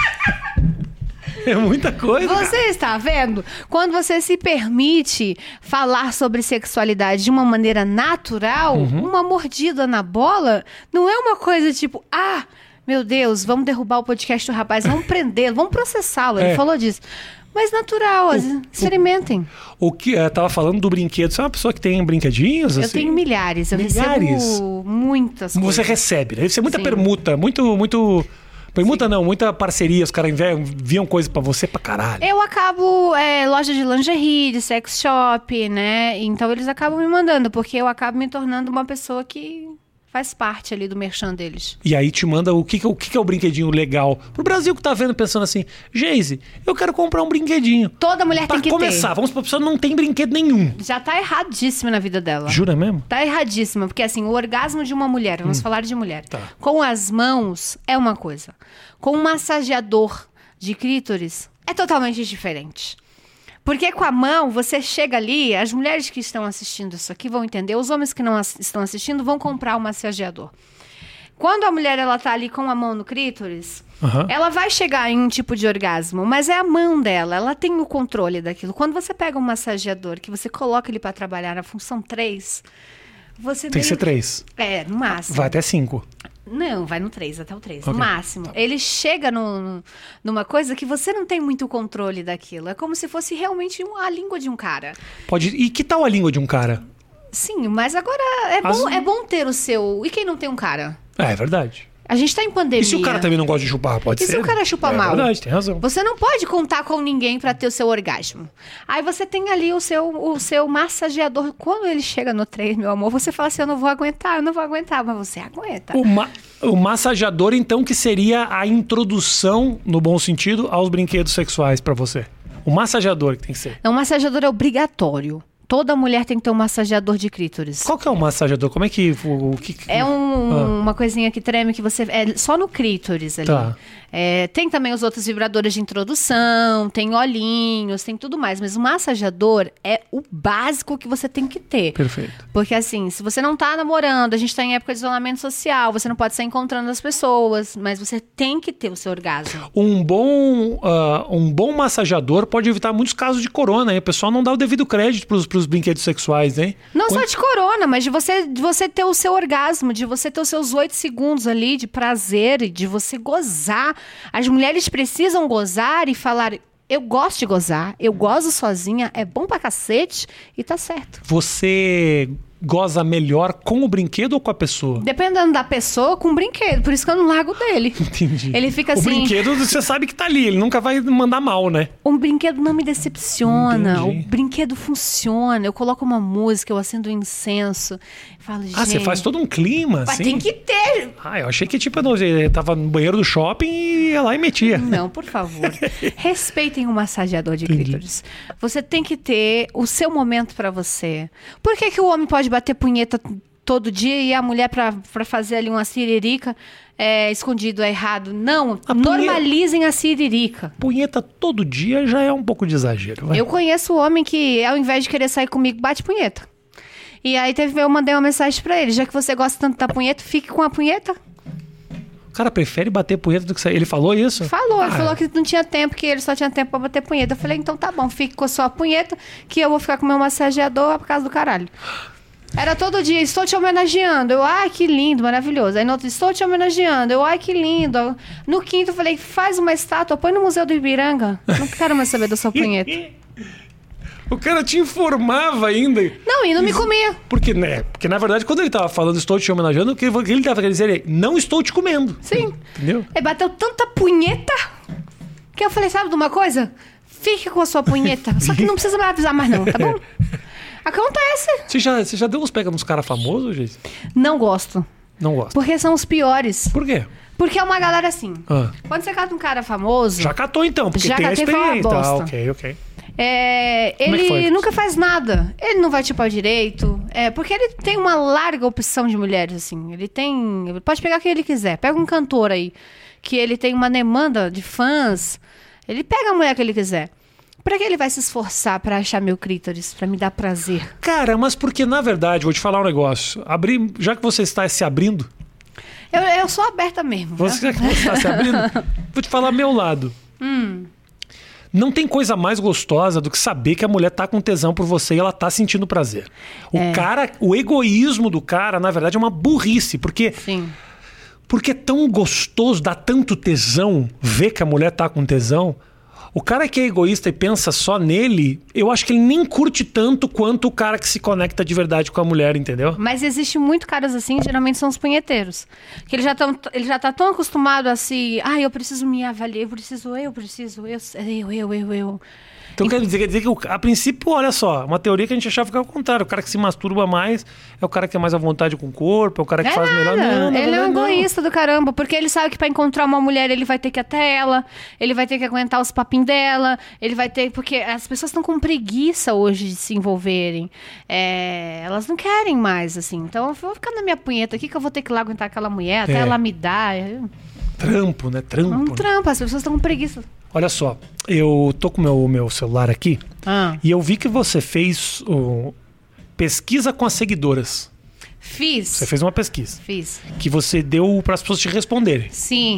É muita coisa. Você está vendo? Quando você se permite falar sobre sexualidade de uma maneira natural, uma mordida na bola não é uma coisa tipo, meu Deus, vamos derrubar o podcast do rapaz, vamos prendê-lo, vamos processá-lo. Ele falou disso. Mas natural, experimentem. O que tava falando do brinquedo. Você é uma pessoa que tem brinquedinhos? Eu tenho milhares. Eu recebo muitas coisas. Você recebe, né? Deve ser muita permuta. Muito... Permuta não, muita parceria. Os caras enviam coisa pra você pra caralho. Eu acabo... loja de lingerie, de sex shop, né? Então eles acabam me mandando. Porque eu acabo me tornando uma pessoa que... faz parte ali do merchan deles. E aí te manda o que é o brinquedinho legal. Pro Brasil que tá vendo, pensando assim, Geise, eu quero comprar um brinquedinho. Toda mulher tem que ter. Pra começar, vamos supor, a pessoa não tem brinquedo nenhum. Já tá erradíssima na vida dela. Jura mesmo? Tá erradíssima, porque assim, o orgasmo de uma mulher, vamos falar de mulher, Tá. Com as mãos é uma coisa. Com um massageador de clítoris é totalmente diferente. Porque com a mão, você chega ali, as mulheres que estão assistindo isso aqui vão entender, os homens que não estão assistindo vão comprar um massageador. Quando a mulher ela tá ali com a mão no clítoris, ela vai chegar em um tipo de orgasmo, mas é a mão dela, ela tem o controle daquilo. Quando você pega um massageador, que você coloca ele para trabalhar na função 3, você tem que ser 3. No máximo. Vai até 5. Não, vai no 3, até o 3, Ok. no máximo. Ele chega numa coisa que você não tem muito controle daquilo. É como se fosse realmente a língua de um cara. E que tal a língua de um cara? Sim, mas agora é bom ter o seu... E quem não tem um cara? É verdade. A gente tá em pandemia. E se o cara também não gosta de chupar, pode E ser? se o cara chupa mal? É verdade, tem razão. Você não pode contar com ninguém pra ter o seu orgasmo. Aí você tem ali o seu massageador. Quando ele chega no 3, meu amor, você fala assim, eu não vou aguentar, mas você aguenta. O massageador, então, que seria a introdução, no bom sentido, aos brinquedos sexuais pra você. O massageador que tem que ser. Não, o massageador é obrigatório. Toda mulher tem que ter um massageador de clítoris. Qual que é o massageador? Como é que... É uma coisinha que treme que você... É só no clítoris ali. Tá. Tem também os outros vibradores de introdução, tem olhinhos, tem tudo mais. Mas o massageador é o básico que você tem que ter. Perfeito. Porque assim, se você não tá namorando, a gente tá em época de isolamento social, você não pode estar encontrando as pessoas, mas você tem que ter o seu orgasmo. Um bom massageador pode evitar muitos casos de corona, hein? O pessoal não dá o devido crédito pros brinquedos sexuais, hein? Não só de corona, mas de você ter o seu orgasmo, de você ter os seus 8 segundos ali de prazer e de você gozar. As mulheres precisam gozar e falar, eu gosto de gozar, eu gozo sozinha, é bom pra cacete e tá certo. Você goza melhor com o brinquedo ou com a pessoa? Dependendo da pessoa, com o brinquedo, por isso que eu não largo dele. Entendi. Ele fica assim... O brinquedo, você sabe que tá ali, ele nunca vai mandar mal, né? O brinquedo não me decepciona, Entendi. o brinquedo funciona, eu coloco uma música, eu acendo um incenso, falo, gente... Ah, você faz todo um clima, Mas assim? tem que ter! Ah, eu achei que tipo, eu tava no banheiro do shopping e ia lá e metia. Não, por favor. Respeitem o massageador de clítoris. Você tem que ter o seu momento pra você. Por que o homem pode bater punheta todo dia e a mulher pra fazer ali uma siririca escondido é errado? Não, normalizem a siririca. Punheta todo dia já é um pouco de exagero, vai. Eu conheço o homem que, ao invés de querer sair comigo, bate punheta. E aí eu mandei uma mensagem pra ele. Já que você gosta tanto da punheta, fique com a punheta. O cara prefere bater punheta do que sair. Ele falou isso? Ele falou que não tinha tempo, que ele só tinha tempo pra bater punheta. Eu falei, então tá bom, fique com a sua punheta, que eu vou ficar com o meu massageador por causa do caralho. Era todo dia, estou te homenageando. Eu, ai, que lindo, maravilhoso. Aí no outro, estou te homenageando. Eu, ai, que lindo. No quinto, eu falei, faz uma estátua, põe no Museu do Ibiranga. Não quero mais saber da sua punheta. O cara te informava ainda. Não, e não me comia. Porque na verdade, quando ele tava falando estou te homenageando, o que ele tava querendo dizer é, não estou te comendo. Sim. Entendeu? Ele bateu tanta punheta que eu falei, sabe de uma coisa? Fique com a sua punheta. Só que não precisa me avisar mais não, tá bom? Acontece. Você já deu uns pega nos caras famosos, gente? Não gosto. Não gosto. Porque são os piores. Por quê? Porque é uma galera assim. Ah. Quando você cata um cara famoso... Já catou então, porque Já tem a catei, foi uma experiência. bosta. Ok. Ele nunca faz nada. Ele não vai chupar direito. Porque ele tem uma larga opção de mulheres, assim. Ele pode pegar quem ele quiser. Pega um cantor aí, que ele tem uma demanda de fãs. Ele pega a mulher que ele quiser. Pra que ele vai se esforçar pra achar meu clítoris? Pra me dar prazer? Cara, mas porque na verdade, vou te falar um negócio. Já que você está se abrindo... Eu sou aberta mesmo. Você está se abrindo? Vou te falar meu lado. Não tem coisa mais gostosa do que saber que a mulher tá com tesão por você e ela tá sentindo prazer. O egoísmo do cara, na verdade, é uma burrice. Porque é tão gostoso, dá tanto tesão ver que a mulher tá com tesão. O cara que é egoísta e pensa só nele, eu acho que ele nem curte tanto quanto o cara que se conecta de verdade com a mulher, entendeu? Mas existe muito caras assim, geralmente são os punheteiros. Que ele já tá tão acostumado a se... eu preciso me avaliar, eu preciso. Então quer dizer que a princípio, olha só, uma teoria que a gente achava que é o contrário. O cara que se masturba mais é o cara que tem mais à vontade com o corpo, é o cara que faz melhor. Não, ele é um egoísta do caramba, porque ele sabe que pra encontrar uma mulher ele vai ter que ir até ela, ele vai ter que aguentar os papinhos dela, ele vai ter... Porque as pessoas estão com preguiça hoje de se envolverem. Elas não querem mais, assim. Então eu vou ficar na minha punheta aqui que eu vou ter que ir lá aguentar aquela mulher até ela me dar. Trampo, né? Trampo. É um trampo, as pessoas estão com preguiça. Olha só, eu tô com o meu celular aqui e eu vi que você fez pesquisa com as seguidoras. Fiz. Você fez uma pesquisa. Fiz. Que você deu para as pessoas te responderem. Sim.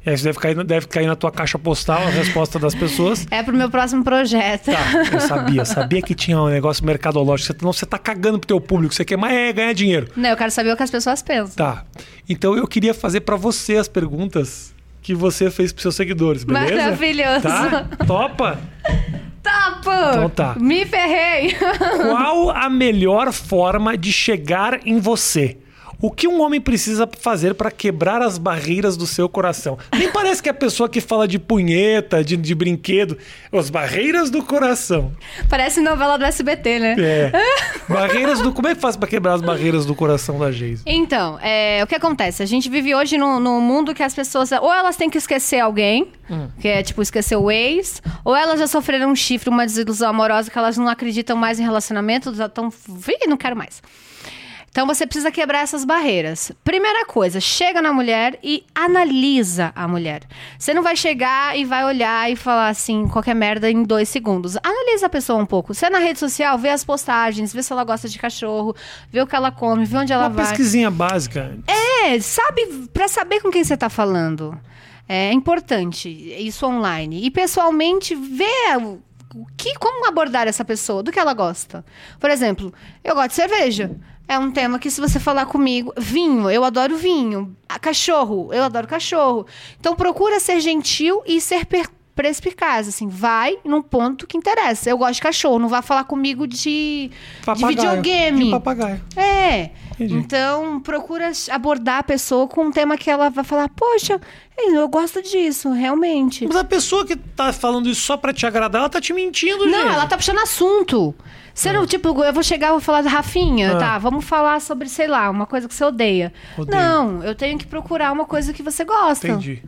E aí você deve cair na tua caixa postal a resposta das pessoas. É pro meu próximo projeto. Tá, eu sabia que tinha um negócio mercadológico. Você tá cagando pro teu público, você quer mais ganhar dinheiro. Não, eu quero saber o que as pessoas pensam. Tá, então eu queria fazer pra você as perguntas que você fez pros seus seguidores, beleza? Maravilhoso. Tá? Topa? Topo! Então tá. Me ferrei. Qual a melhor forma de chegar em você? O que um homem precisa fazer para quebrar as barreiras do seu coração? Nem parece que é a pessoa que fala de punheta, de brinquedo. As barreiras do coração. Parece novela do SBT, né? É. Barreiras do... Como é que faz para quebrar as barreiras do coração da Geise? Então, o que acontece? A gente vive hoje num mundo que as pessoas... Ou elas têm que esquecer alguém, que é tipo esquecer o ex, ou elas já sofreram um chifre, uma desilusão amorosa que elas não acreditam mais em relacionamento, já estão... não quero mais. Então, você precisa quebrar essas barreiras. Primeira coisa, chega na mulher e analisa a mulher. Você não vai chegar e vai olhar e falar assim, qualquer merda em 2 segundos. Analisa a pessoa um pouco. Você é na rede social, vê as postagens, vê se ela gosta de cachorro, vê o que ela come, vê onde ela vai. Uma pesquisinha básica. Sabe, pra saber com quem você tá falando. É importante isso online. E pessoalmente, ver como abordar essa pessoa, do que ela gosta. Por exemplo, eu gosto de cerveja. É um tema que, se você falar comigo... Vinho, eu adoro vinho. Cachorro, eu adoro cachorro. Então, procura ser gentil e ser perspicaz. Assim, vai num ponto que interessa. Eu gosto de cachorro, não vai falar comigo de videogame. De papagaio. Entendi. Então, procura abordar a pessoa com um tema que ela vai falar... Poxa, eu gosto disso, realmente. Mas a pessoa que tá falando isso só pra te agradar, ela tá te mentindo, Não, gente. ela tá puxando assunto. Você não, tipo, eu vou chegar e vou falar da Rafinha, tá? Vamos falar sobre, sei lá, uma coisa que você odeia. Odeio. Não, eu tenho que procurar uma coisa que você gosta. Entendi.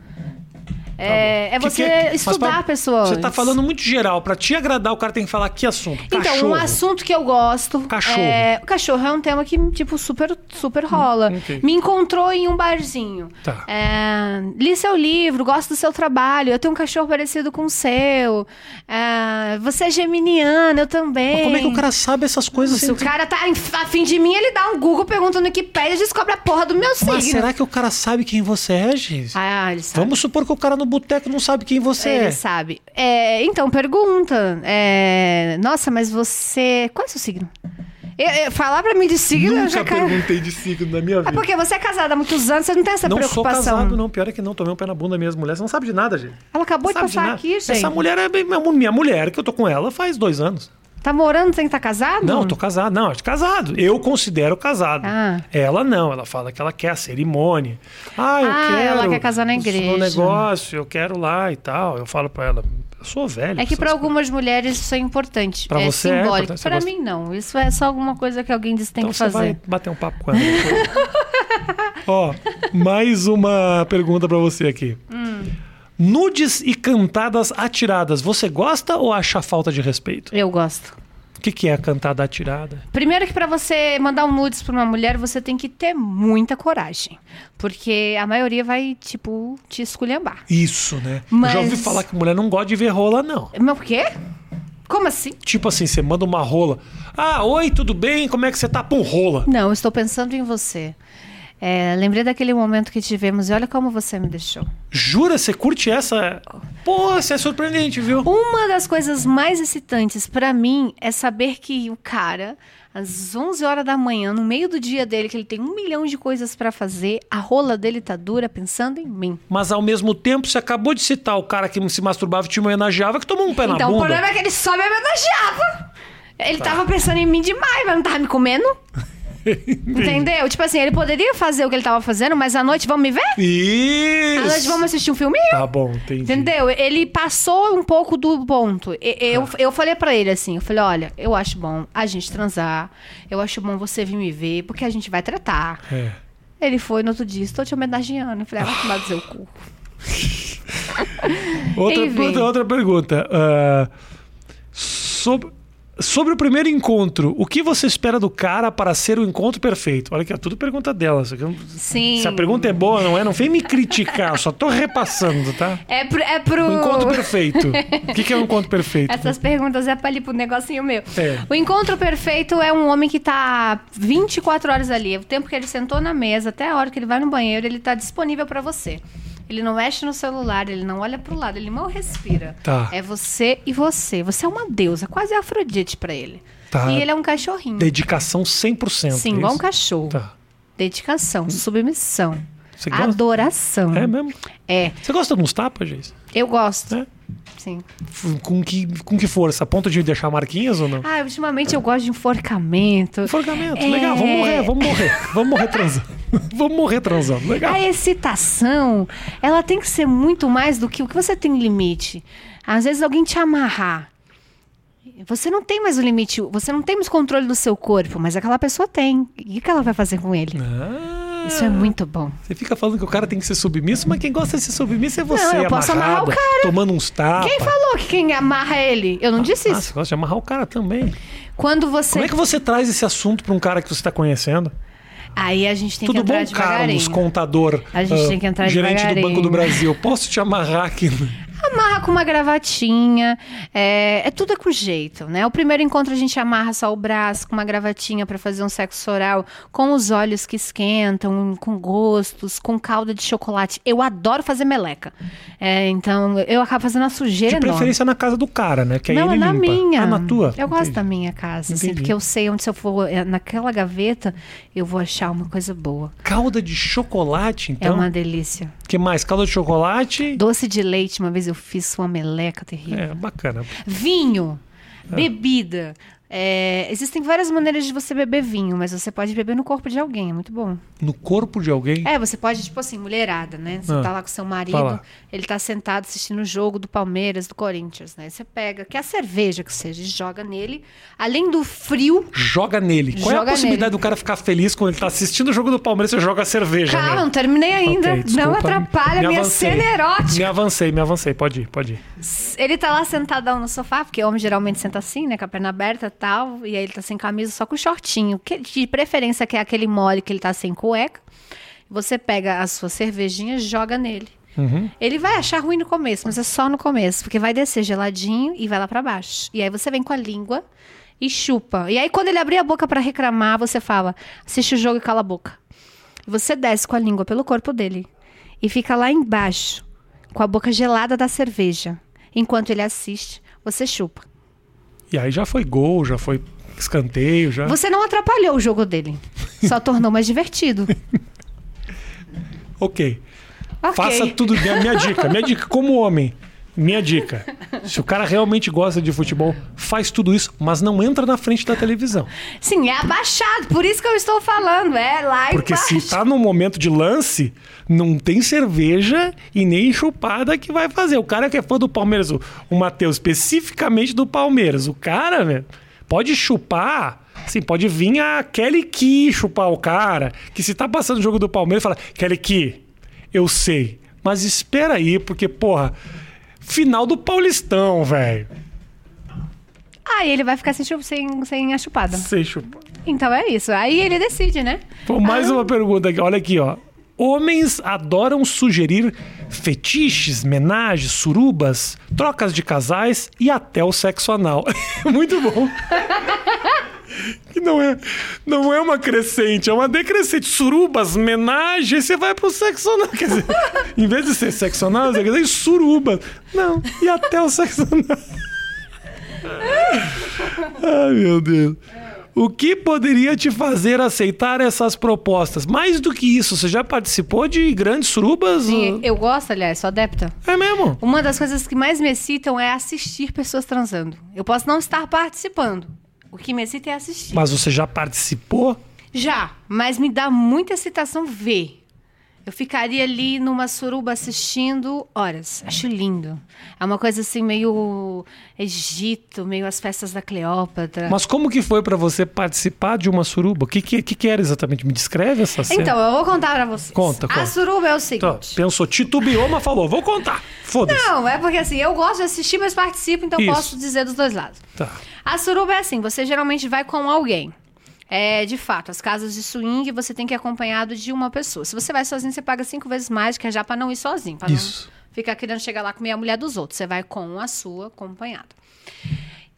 É você estudar a pessoa. Você tá falando muito geral. Pra te agradar, o cara tem que falar que assunto. Então, Cachorro. um assunto que eu gosto... Cachorro. O cachorro é um tema que, tipo, super rola. Okay. Me encontrou em um barzinho. Tá. Li seu livro, gosto do seu trabalho. Eu tenho um cachorro parecido com o seu. Você é geminiana, eu também. Mas como é que o cara sabe essas coisas? Se o cara tá a fim de mim, ele dá um Google, pergunta no Wikipédia e descobre a porra do meu signo. Mas será que o cara sabe quem você é, Geise? Ele sabe. Vamos supor que o cara no boteco não sabe quem você é. Ele sabe. Então, pergunta. Nossa, mas você... Qual é o seu signo? Falar pra mim de signo... Nunca eu já perguntei de signo na minha vida. É porque você é casada há muitos anos, você não tem essa preocupação. Não sou casado, não. Pior é que não. Tomei um pé na bunda mesmo. Mulher, você não sabe de nada, gente. Ela acabou de passar aqui, gente. Essa mulher é minha mulher, que eu tô com ela faz 2 anos. Tá morando sem estar casado? Não, eu tô casado. Não, acho casado. Eu considero casado. Ela não. Ela fala que ela quer a cerimônia. Eu quero. Ela quer casar na igreja. No negócio, eu quero lá e tal. Eu falo pra ela, eu sou velho. É que pra algumas mulheres isso é importante. Pra você simbólico. É pra mim, não. Isso é só alguma coisa que alguém disse que tem que fazer. Então você vai bater um papo com ela depois. Ó, mais uma pergunta pra você aqui. Nudes e cantadas atiradas, você gosta ou acha falta de respeito? Eu gosto. O que é a cantada atirada? Primeiro que pra você mandar um nudes pra uma mulher, você tem que ter muita coragem. Porque a maioria vai, tipo, te esculhambar. Isso, né? Mas... Eu já ouvi falar que mulher não gosta de ver rola, não. Mas por quê? Como assim? Tipo assim, você manda uma rola. Oi, tudo bem? Como é que você tá? Pum, rola. Não, eu estou pensando em você. Lembrei daquele momento que tivemos e olha como você me deixou. Jura? Você curte essa? Pô, você é surpreendente, viu? Uma das coisas mais excitantes pra mim é saber que o cara, às 11 horas da manhã, no meio do dia dele, que ele tem 1 milhão de coisas pra fazer, a rola dele tá dura pensando em mim. Mas ao mesmo tempo, você acabou de citar o cara que se masturbava e te homenageava, que tomou um pé na bunda. Então o problema é que ele só me homenageava. Ele tava pensando em mim demais, mas não tava me comendo. Entendeu? Tipo assim, ele poderia fazer o que ele tava fazendo, mas à noite vamos me ver? Isso! À noite vamos assistir um filminho? Tá bom, entendi. Entendeu? Ele passou um pouco do ponto. Eu falei pra ele assim, eu falei, olha, eu acho bom a gente transar, eu acho bom você vir me ver, porque a gente vai tratar. Ele foi no outro dia, estou te homenageando. Eu falei, vai tomar do seu cu. Outra pergunta. Sobre o primeiro encontro, o que você espera do cara para ser o encontro perfeito? Olha que é tudo pergunta dela. Sim. Se a pergunta é boa, não vem me criticar, só tô repassando, tá? É pro... O encontro perfeito. O que é um encontro perfeito? Essas perguntas é pra ali pro negocinho meu. É. O encontro perfeito é um homem que tá 24 horas ali. O tempo que ele sentou na mesa, até a hora que ele vai no banheiro, ele tá disponível pra você. Ele não mexe no celular, ele não olha pro lado, ele mal respira. Tá. É você e você. Você é uma deusa, quase Afrodite pra ele. Tá. E ele é um cachorrinho. Dedicação 100%. Sim, igual um cachorro. Tá. Dedicação, submissão, Você gosta? adoração. É mesmo? É. Você gosta de uns tapas, Geis? Eu gosto. É? Sim. Com que força? A ponto de deixar marquinhas ou não? Ah, ultimamente eu gosto de enforcamento. Enforcamento, legal, vamos morrer transando. Vamos morrer transando, legal. A excitação, ela tem que ser muito mais do que o que você tem limite. Às vezes alguém te amarrar. Você não tem mais o limite, você não tem mais controle do seu corpo, mas aquela pessoa tem. E o que ela vai fazer com ele? Isso é muito bom. Você fica falando que o cara tem que ser submisso, mas quem gosta de ser submisso é você, Não, eu posso amarrar o cara. tomando uns tapas. Quem falou que quem amarra ele? Eu não disse isso. Você gosta de amarrar o cara também. Quando você... Como é que você traz esse assunto para um cara que você está conhecendo? Aí a gente tem Tudo que entrar bom, devagarinho. Carlos, contador, A gente tem que entrar gerente devagarinho. do Banco do Brasil. Posso te amarrar aqui? Amarra com uma gravatinha, tudo é com jeito, né? O primeiro encontro a gente amarra só o braço com uma gravatinha pra fazer um sexo oral, com os olhos que esquentam, com gostos, com calda de chocolate. Eu adoro fazer meleca. Então eu acabo fazendo uma sujeira De enorme. preferência na casa do cara, né? Que aí Não, ele é na limpa. minha. Ah, na tua? Eu gosto Entendi. da minha casa, assim, Entendi. porque eu sei onde se eu for naquela gaveta, eu vou achar uma coisa boa. Calda de chocolate, então? É uma delícia. O que mais? Calda de chocolate? Doce de leite, uma vez eu fiz uma meleca terrível. É, bacana. Vinho, bebida. Existem várias maneiras de você beber vinho, mas você pode beber no corpo de alguém, é muito bom. No corpo de alguém? Você pode, tipo assim, mulherada, né? Você tá lá com seu marido, fala. ele tá sentado assistindo o jogo do Palmeiras, do Corinthians, né? Você pega, que a cerveja que seja, e joga nele. Além do frio... Joga nele. Qual é a Joga possibilidade nele. do cara ficar feliz quando ele tá assistindo o jogo do Palmeiras e você joga a cerveja Calma, nele? não terminei ainda. Ok, desculpa. Não atrapalha Me minha avancei. cena erótica. Me avancei. Pode ir. Ele tá lá sentadão no sofá, porque homem geralmente senta assim, né? Com a perna aberta e tal. E aí ele tá sem camisa, só com shortinho. De preferência, que é aquele mole que ele tá sem cueca. Você pega a sua cervejinha e joga nele. Uhum. Ele vai achar ruim no começo, mas é só no começo. Porque vai descer geladinho e vai lá pra baixo. E aí você vem com a língua e chupa. E aí quando ele abrir a boca pra reclamar, você fala, assiste o jogo e cala a boca. E você desce com a língua pelo corpo dele. E fica lá embaixo, com a boca gelada da cerveja. Enquanto ele assiste, você chupa. E aí já foi gol, já foi escanteio, já... Você não atrapalhou o jogo dele. Só tornou mais divertido. Ok. Ok. Faça tudo. Minha dica como homem. Minha dica. Se o cara realmente gosta de futebol, faz tudo isso, mas não entra na frente da televisão. Sim, é abaixado. Por isso que eu estou falando. É lá Porque embaixo. se tá no momento de lance, não tem cerveja e nem chupada que vai fazer. O cara que é fã do Palmeiras, o Matheus, especificamente do Palmeiras, o cara, velho, pode chupar. Assim, pode vir a Kelly Key chupar o cara, que se tá passando o jogo do Palmeiras, fala, Kelly Key, eu sei, mas espera aí, porque, porra, final do Paulistão, velho. Aí ele vai ficar sem a chupada. Sei chupar. Então é isso. Aí ele decide, né? Pô, mais uma pergunta aqui, olha aqui, ó. Homens adoram sugerir fetiches, menagens, surubas, trocas de casais e até o sexo anal. Muito bom. Que não é uma crescente, é uma decrescente. Surubas, menagem, você vai pro sexo anal. Quer dizer, em vez de ser sexo anal, você quer dizer surubas. Não, e até o sexo anal. Ai, meu Deus. O que poderia te fazer aceitar essas propostas? Mais do que isso, você já participou de grandes surubas? Sim, eu gosto, aliás, sou adepta. É mesmo? Uma das coisas que mais me excitam é assistir pessoas transando. Eu posso não estar participando. O que me excita é assistir. Mas você já participou? Já, mas me dá muita excitação ver. Eu ficaria ali numa suruba assistindo horas. Acho lindo. É uma coisa assim meio Egito, meio as festas da Cleópatra. Mas como que foi pra você participar de uma suruba? O que era exatamente? Me descreve essa cena. Então, eu vou contar pra vocês. Conta. A suruba é o Então, seguinte. pensou, titubeou, mas falou, vou contar. Foda-se. Não, é porque assim, eu gosto de assistir, mas participo, então Isso. posso dizer dos dois lados. Tá. A suruba é assim, você geralmente vai com alguém. De fato, as casas de swing você tem que ir acompanhado de uma pessoa. Se você vai sozinho, você paga 5 vezes mais, que é já pra não ir sozinho. Pra Isso. não ficar querendo chegar lá comer a mulher dos outros. Você vai com a sua acompanhada.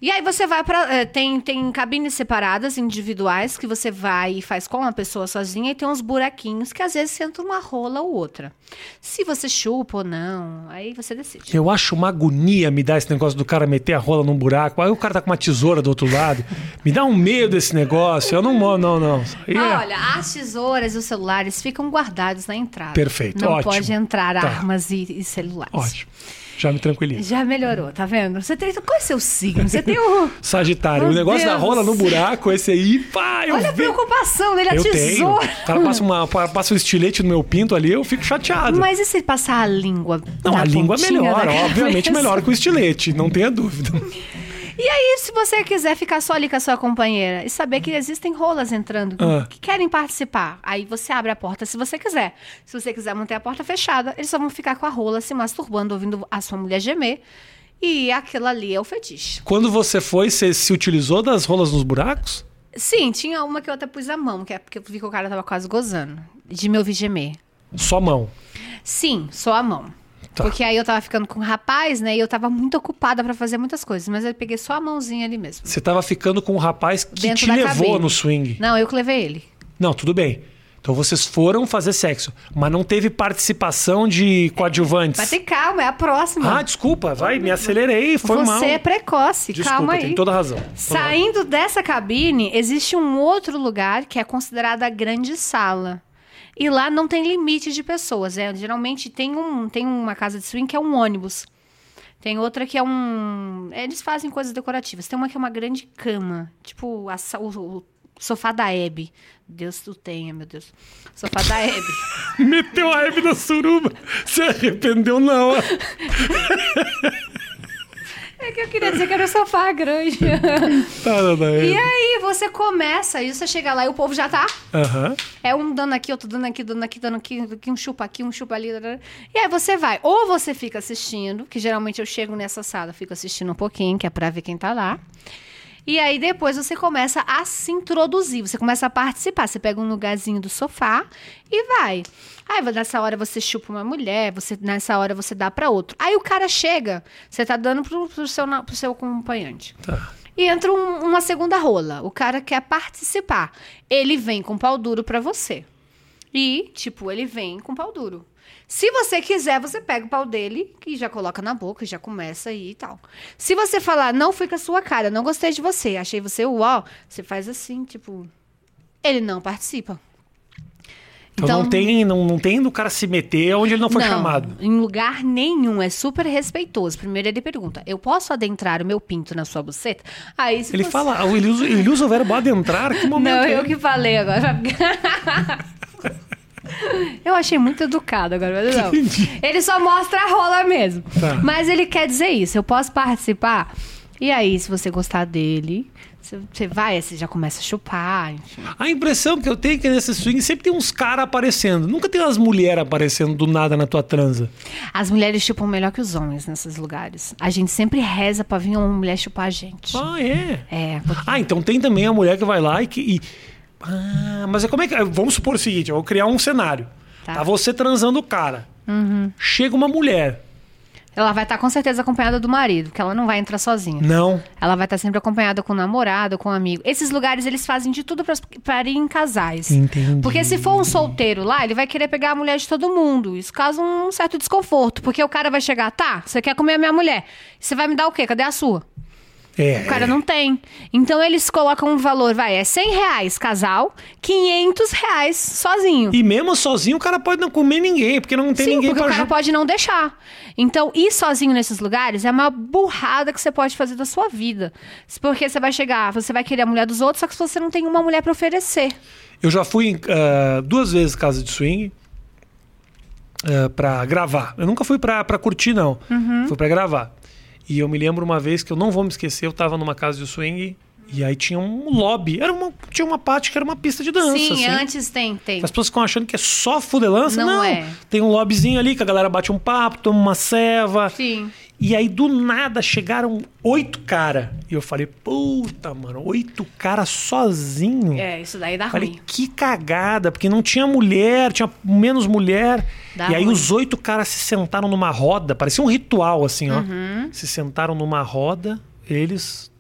E aí você vai pra... Tem cabines separadas, individuais, que você vai e faz com a pessoa sozinha. E tem uns buraquinhos que às vezes entra uma rola ou outra. Se você chupa ou não, aí você decide. Eu acho uma agonia me dar esse negócio do cara meter a rola num buraco. Aí o cara tá com uma tesoura do outro lado. Me dá um medo desse negócio. Eu não... Olha, as tesouras e os celulares ficam guardados na entrada. Perfeito, não ótimo. Não pode entrar armas e celulares. Ótimo. Já me tranquiliza. Já melhorou, tá vendo? Você tem... Qual é o seu signo? Você tem o... Sagitário. Meu o negócio Deus. da rola no buraco, esse aí, pá, Olha a preocupação dele, a tesoura. Tenho. O cara passa um estilete no meu pinto ali, eu fico chateado. Mas e se passar a língua? Não, a língua é melhor, obviamente cabeça? melhor que o estilete, não tenha dúvida. E aí, se você quiser ficar só ali com a sua companheira e saber que existem rolas entrando que querem participar, aí você abre a porta se você quiser. Se você quiser manter a porta fechada, eles só vão ficar com a rola se masturbando, ouvindo a sua mulher gemer. E aquilo ali é o fetiche. Quando você foi, você se utilizou das rolas nos buracos? Sim, tinha uma que eu até pus a mão, que é porque eu vi que o cara tava quase gozando, de me ouvir gemer. Só mão? Sim, só a mão. Tá. Porque aí eu tava ficando com um rapaz, né? E eu tava muito ocupada pra fazer muitas coisas. Mas eu peguei só a mãozinha ali mesmo. Você tava ficando com um rapaz que dentro te levou cabine. No swing? Não, eu que levei ele. Não, tudo bem. Então vocês foram fazer sexo, mas não teve participação de coadjuvantes. Mas tem calma, é a próxima. Ah, desculpa, me acelerei, foi mal. Você é precoce, desculpa, calma aí. tem toda razão. Saindo dessa cabine, existe um outro lugar que é considerado a grande sala. E lá não tem limite de pessoas. Geralmente tem uma casa de swing que é um ônibus. Tem outra que é eles fazem coisas decorativas. Tem uma que é uma grande cama. Tipo o sofá da Hebe. Deus tu tenha, meu Deus. Sofá da Hebe. Meteu a Hebe na suruba. Se arrependeu na hora. É que eu queria dizer que era um sofá grande. E aí você começa, e você chega lá e o povo já tá. É um dando aqui, outro dando aqui, um chupa aqui, um chupa ali. E aí você vai. Ou você fica assistindo, que geralmente eu chego nessa sala, fico assistindo um pouquinho, que é pra ver quem tá lá. E aí depois você começa a se introduzir, você começa a participar. Você pega um lugarzinho do sofá e vai. Aí nessa hora você chupa uma mulher, nessa hora você dá pra outro. Aí o cara chega, você tá dando pro seu acompanhante. Tá. E entra uma segunda rola. O cara quer participar. Ele vem com pau duro pra você. E, ele vem com pau duro. Se você quiser, você pega o pau dele e já coloca na boca e já começa aí e tal. Se você falar, não fui com a sua cara, não gostei de você, achei você uau, você faz assim, ele não participa. Então não tem do cara se meter onde ele não foi chamado. Em lugar nenhum, é super respeitoso. Primeiro ele pergunta, eu posso adentrar o meu pinto na sua buceta? Aí ele fala, ele usa o verbo adentrar, que momento não, eu que falei agora. Eu achei muito educado agora, mas não. Ele só mostra a rola mesmo. Tá. Mas ele quer dizer isso, eu posso participar? E aí, se você gostar dele, você vai, você já começa a chupar, enfim. A impressão que eu tenho é que nesse swing sempre tem uns caras aparecendo. Nunca tem umas mulheres aparecendo do nada na tua transa. As mulheres chupam melhor que os homens nesses lugares. A gente sempre reza pra vir uma mulher chupar a gente. Ah, é? É. Porque... então tem também a mulher que vai lá mas como é que... Vamos supor o seguinte, eu vou criar um cenário. Tá você transando o cara. Chega uma mulher. Ela vai estar com certeza acompanhada do marido, porque ela não vai entrar sozinha. Não. Ela vai estar sempre acompanhada com o namorado, com o amigo. Esses lugares, eles fazem de tudo pra ir em casais. Entendi. Porque se for um solteiro lá, ele vai querer pegar a mulher de todo mundo. Isso causa um certo desconforto. Porque o cara vai chegar, você quer comer a minha mulher. Você vai me dar o quê? Cadê a sua? O cara não tem. Então eles colocam um valor, é R$100 casal, R$500 sozinho. E mesmo sozinho o cara pode não comer ninguém, porque não tem ninguém pra... Sim, porque o cara pode não deixar. Então ir sozinho nesses lugares é uma burrada que você pode fazer da sua vida. Porque você vai chegar, você vai querer a mulher dos outros, só que você não tem uma mulher pra oferecer. Eu já fui 2 vezes casa de swing pra gravar. Eu nunca fui pra curtir, não. Fui pra gravar. E eu me lembro uma vez que eu não vou me esquecer, eu tava numa casa de swing e aí tinha um lobby. Tinha uma parte que era uma pista de dança. Sim, assim. Antes tem. As pessoas ficam achando que é só fudelança. Não é. Tem um lobbyzinho ali que a galera bate um papo, toma uma ceva. Sim. E aí, do nada, chegaram 8 caras. E eu falei, puta, mano, 8 caras sozinho. Isso daí dá falei, ruim. Que cagada, porque não tinha mulher, tinha menos mulher. E aí os 8 caras se sentaram numa roda, parecia um ritual, assim, ó. Se sentaram numa roda, eles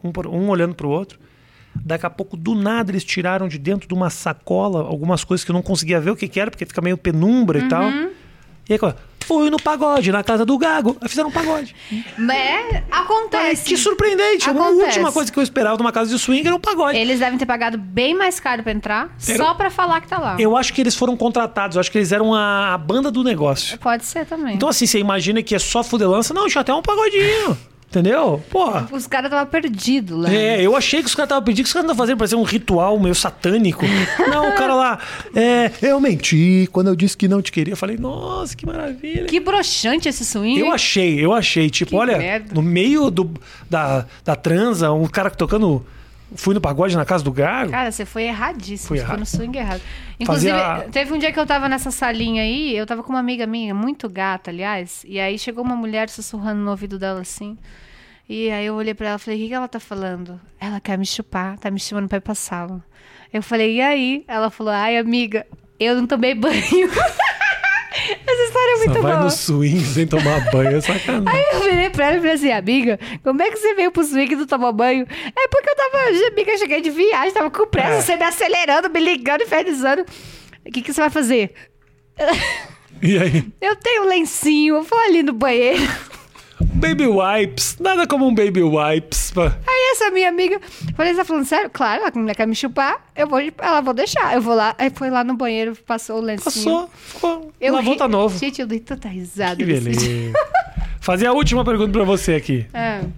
um olhando pro outro. Daqui a pouco, do nada, eles tiraram de dentro de uma sacola algumas coisas que eu não conseguia ver o que era, porque fica meio penumbra e tal. E aí, fui no pagode, na casa do Gago. Aí fizeram um pagode. Acontece. Que surpreendente. A última coisa que eu esperava de uma casa de swing era um pagode. Eles devem ter pagado bem mais caro pra entrar, só pra falar que tá lá. Eu acho que eles foram contratados. Eu acho que eles eram a banda do negócio. Pode ser também. Então, assim, você imagina que é só fudelança. Não, tinha até um pagodinho. Entendeu? Porra. Os caras estavam perdidos lá. Eu achei que os caras estavam perdidos. Que os caras estavam fazendo, parecia um ritual meio satânico. Não, o cara lá... eu menti quando eu disse que não te queria. Eu falei, nossa, que maravilha. Que broxante esse swing. Eu achei. Tipo, que olha, merda. no meio da transa, um cara tocando... Fui no pagode na casa do Gago. Cara, você foi erradíssimo. Fui você errado. foi no swing errado. Inclusive, teve um dia que eu tava nessa salinha aí, eu tava com uma amiga minha, muito gata, aliás, e aí chegou uma mulher sussurrando no ouvido dela assim. E aí eu olhei pra ela e falei, o que ela tá falando? Ela quer me chupar, tá me chamando pra ir pra sala. Eu falei, e aí? Ela falou, ai, amiga, eu não tomei banho. Essa história é muito boa. Vai no swing sem tomar banho, é sacanagem. Aí eu virei pra ela e falei assim, amiga, como é que você veio pro swing e não tomou banho? É porque eu cheguei de viagem, tava com pressa, você me acelerando, me ligando, infernizando. O que você vai fazer? E aí? Eu tenho um lencinho, eu vou ali no banheiro. Baby wipes, nada como um baby wipes. Aí essa minha amiga, falei, você tá falando sério? Claro, ela quer me chupar, ela vou deixar. Eu vou lá, aí foi lá no banheiro, passou o lencinho. Passou, lavou, tá novo. Gente, eu dei tanta risada. Que beleza. Fazer a última pergunta pra você aqui.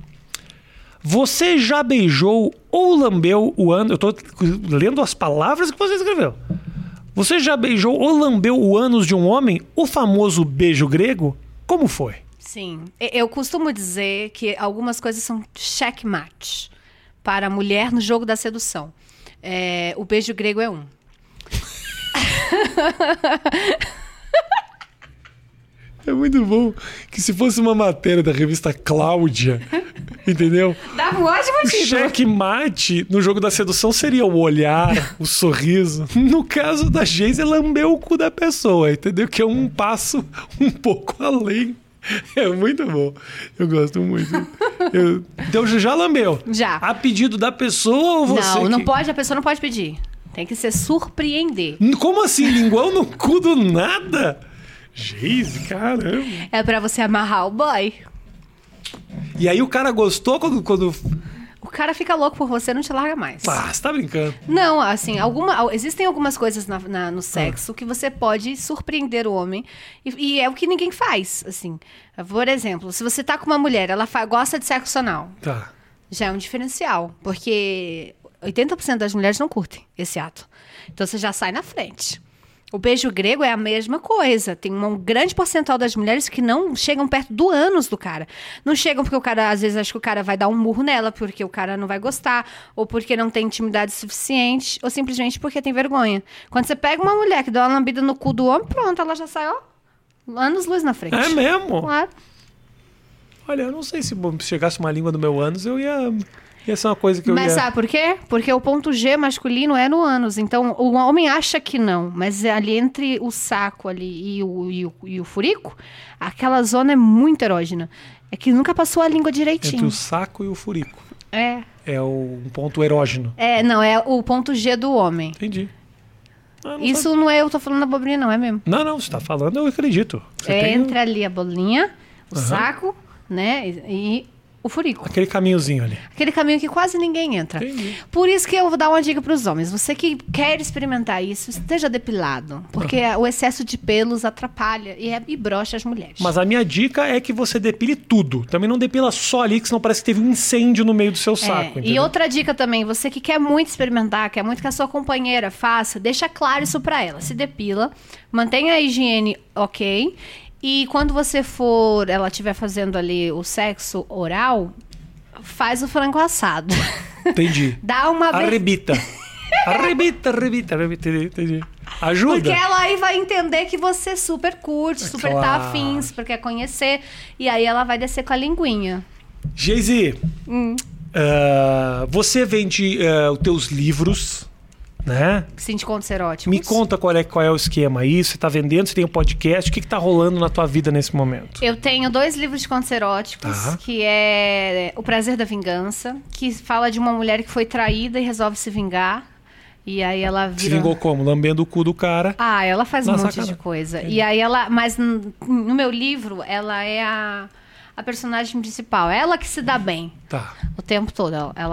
Você já beijou ou lambeu o ânus... Eu tô lendo as palavras que você escreveu. Você já beijou ou lambeu o ânus de um homem? O famoso beijo grego? Como foi? Sim. Eu costumo dizer que algumas coisas são checkmate para a mulher no jogo da sedução. O beijo grego é um. É muito bom que se fosse uma matéria da revista Cláudia, entendeu? Dá um ótimo O título. checkmate no jogo da sedução seria o olhar, o sorriso. No caso da Geise, é lamber o cu da pessoa, entendeu? Que é um passo um pouco além. É muito bom. Eu gosto muito. Então já lambeu? Já. A pedido da pessoa ou você? Não pode, a pessoa não pode pedir. Tem que se surpreender. Como assim? Linguão no cu do nada? Geise, caramba. É pra você amarrar o boy. E aí o cara gostou quando... O cara fica louco por você, não te larga mais. Você tá brincando. Não, assim, existem algumas coisas no sexo que você pode surpreender o homem. E é o que ninguém faz, assim. Por exemplo, se você tá com uma mulher, ela gosta de sexo anal. Tá. Já é um diferencial. Porque 80% das mulheres não curtem esse ato. Então você já sai na frente. O beijo grego é a mesma coisa. Tem um grande percentual das mulheres que não chegam perto do ânus do cara. Não chegam porque o cara, às vezes, acha que o cara vai dar um murro nela, porque o cara não vai gostar, ou porque não tem intimidade suficiente, ou simplesmente porque tem vergonha. Quando você pega uma mulher que dá uma lambida no cu do homem, pronto, ela já sai, anos luz na frente. É mesmo? Claro. Olha, eu não sei se chegasse uma língua no meu ânus, ia ser uma coisa que eu Mas sabe por quê? Porque o ponto G masculino é no ânus. Então, o homem acha que não. Mas ali entre o saco ali e o furico, aquela zona é muito erógena. É que nunca passou a língua direitinho. Entre o saco e o furico. É. É um ponto erógeno. Não, é o ponto G do homem. Entendi. Isso não é eu tô falando abobrinha, não, é mesmo? Não, você tá falando, eu acredito. Entre ali a bolinha, o saco, né, e o furico. Aquele caminhozinho ali. Aquele caminho que quase ninguém entra. Entendi. Por isso que eu vou dar uma dica para os homens. Você que quer experimentar isso, esteja depilado. Porque o excesso de pelos atrapalha e brocha as mulheres. Mas a minha dica é que você depile tudo. Também não depila só ali, que senão parece que teve um incêndio no meio do seu saco. E outra dica também, você que quer muito experimentar, quer muito que a sua companheira faça, deixa claro isso para ela. Se depila, mantenha a higiene ok. E quando você ela estiver fazendo ali o sexo oral, faz o frango assado. Entendi. Dá uma... Arrebita. Arrebita. Entendi. Ajuda. Porque ela aí vai entender que você super curte, super tá afim, super quer conhecer. E aí ela vai descer com a linguinha. Geise, você vende os teus livros, né? Sim, de contos eróticos. Me conta qual é o esquema aí. Você tá vendendo, você tem um podcast. O que tá rolando na tua vida nesse momento? Eu tenho 2 livros de contos eróticos, que é O Prazer da Vingança, que fala de uma mulher que foi traída e resolve se vingar. E aí ela vira... Se vingou como? Lambendo o cu do cara. Ela faz um monte de coisa. E aí ela... Mas no meu livro, ela é a personagem principal. Ela que se dá bem. Tá. O tempo todo.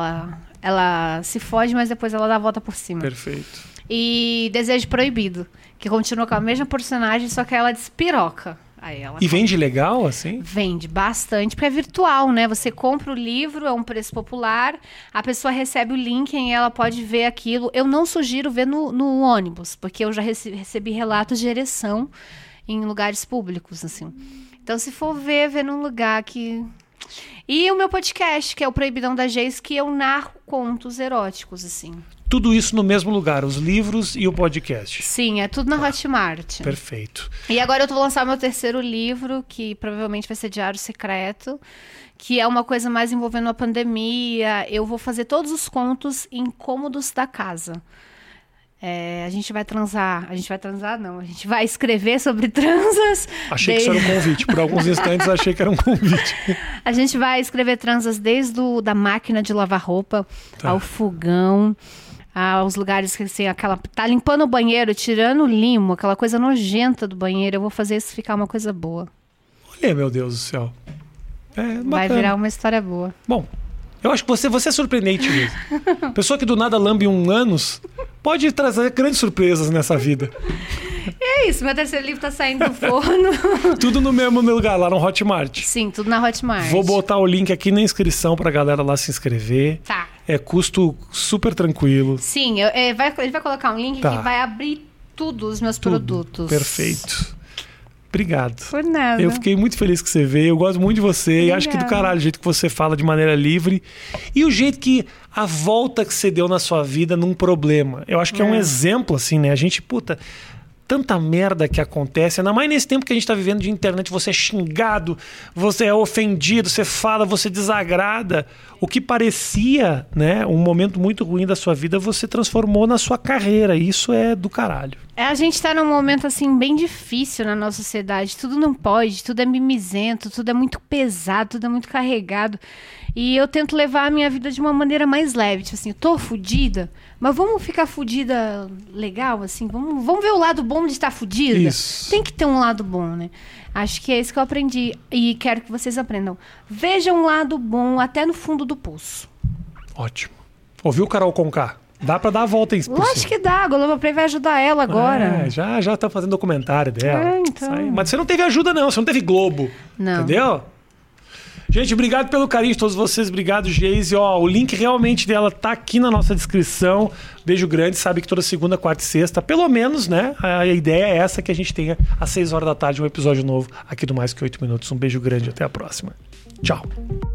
Ela se foge, mas depois ela dá a volta por cima. Perfeito. E Desejo Proibido, que continua com a mesma personagem, só que ela despiroca. E vende legal, assim? Vende bastante, porque é virtual, né? Você compra o livro, é um preço popular, a pessoa recebe o link e ela pode ver aquilo. Eu não sugiro ver no ônibus, porque eu já recebi relatos de ereção em lugares públicos, assim. Então, se for ver num lugar que... E o meu podcast, que é o Proibidão da Geis, que eu narro contos eróticos, assim. Tudo isso no mesmo lugar, os livros e o podcast. Sim, é tudo na Hotmart. Perfeito. E agora eu vou lançar meu 3º livro, que provavelmente vai ser Diário Secreto, que é uma coisa mais envolvendo a pandemia. Eu vou fazer todos os contos incômodos da casa. A gente vai transar não, a gente vai escrever sobre transas. Achei que isso era um convite, por alguns instantes achei que era um convite. A gente vai escrever transas desde da máquina de lavar roupa ao fogão, aos lugares que assim, tá limpando o banheiro, tirando o limo, aquela coisa nojenta do banheiro. Eu vou fazer isso ficar uma coisa boa. Olha, meu Deus do céu. Vai virar uma história boa. Bom, eu acho que você é surpreendente mesmo. Pessoa que do nada lambe um ânus pode trazer grandes surpresas nessa vida. É isso, meu 3º livro tá saindo do forno. Tudo no mesmo lugar, lá no Hotmart. Sim, tudo na Hotmart. Vou botar o link aqui na inscrição pra galera lá se inscrever. Tá. É custo super tranquilo. Sim, ele vai colocar um link que vai abrir os meus produtos. Perfeito. Obrigado. Por nada. Eu fiquei muito feliz que você veio. Eu gosto muito de você. Obrigada. E acho que do caralho o jeito que você fala de maneira livre. E o jeito que a volta que você deu na sua vida num problema. Eu acho que é um exemplo, assim, né? A gente, tanta merda que acontece, ainda mais nesse tempo que a gente tá vivendo de internet, você é xingado, você é ofendido, você fala, você desagrada. O que parecia, né, um momento muito ruim da sua vida, você transformou na sua carreira. E isso é do caralho. A gente tá num momento, assim, bem difícil na nossa sociedade. Tudo não pode, tudo é mimizento, tudo é muito pesado, tudo é muito carregado. E eu tento levar a minha vida de uma maneira mais leve. Tipo assim, eu tô fudida, mas vamos ficar fudida legal, assim? Vamos ver o lado bom de estar fudida? Isso. Tem que ter um lado bom, né? Acho que é isso que eu aprendi e quero que vocês aprendam. Vejam um lado bom até no fundo do poço. Ótimo. Ouviu, Carol Conká? Dá pra dar a volta em cima. Lógico que dá. A Globoplay vai ajudar ela agora. Já tá fazendo documentário dela. Então. Mas você não teve ajuda, não. Você não teve Globo. Não. Entendeu? Gente, obrigado pelo carinho de todos vocês. Obrigado, Geise. O link realmente dela tá aqui na nossa descrição. Beijo grande. Sabe que toda segunda, quarta e sexta, pelo menos, né? A ideia é essa, que a gente tenha às 6 horas da tarde um episódio novo aqui do Mais Que 8 Minutos. Um beijo grande. Até a próxima. Tchau.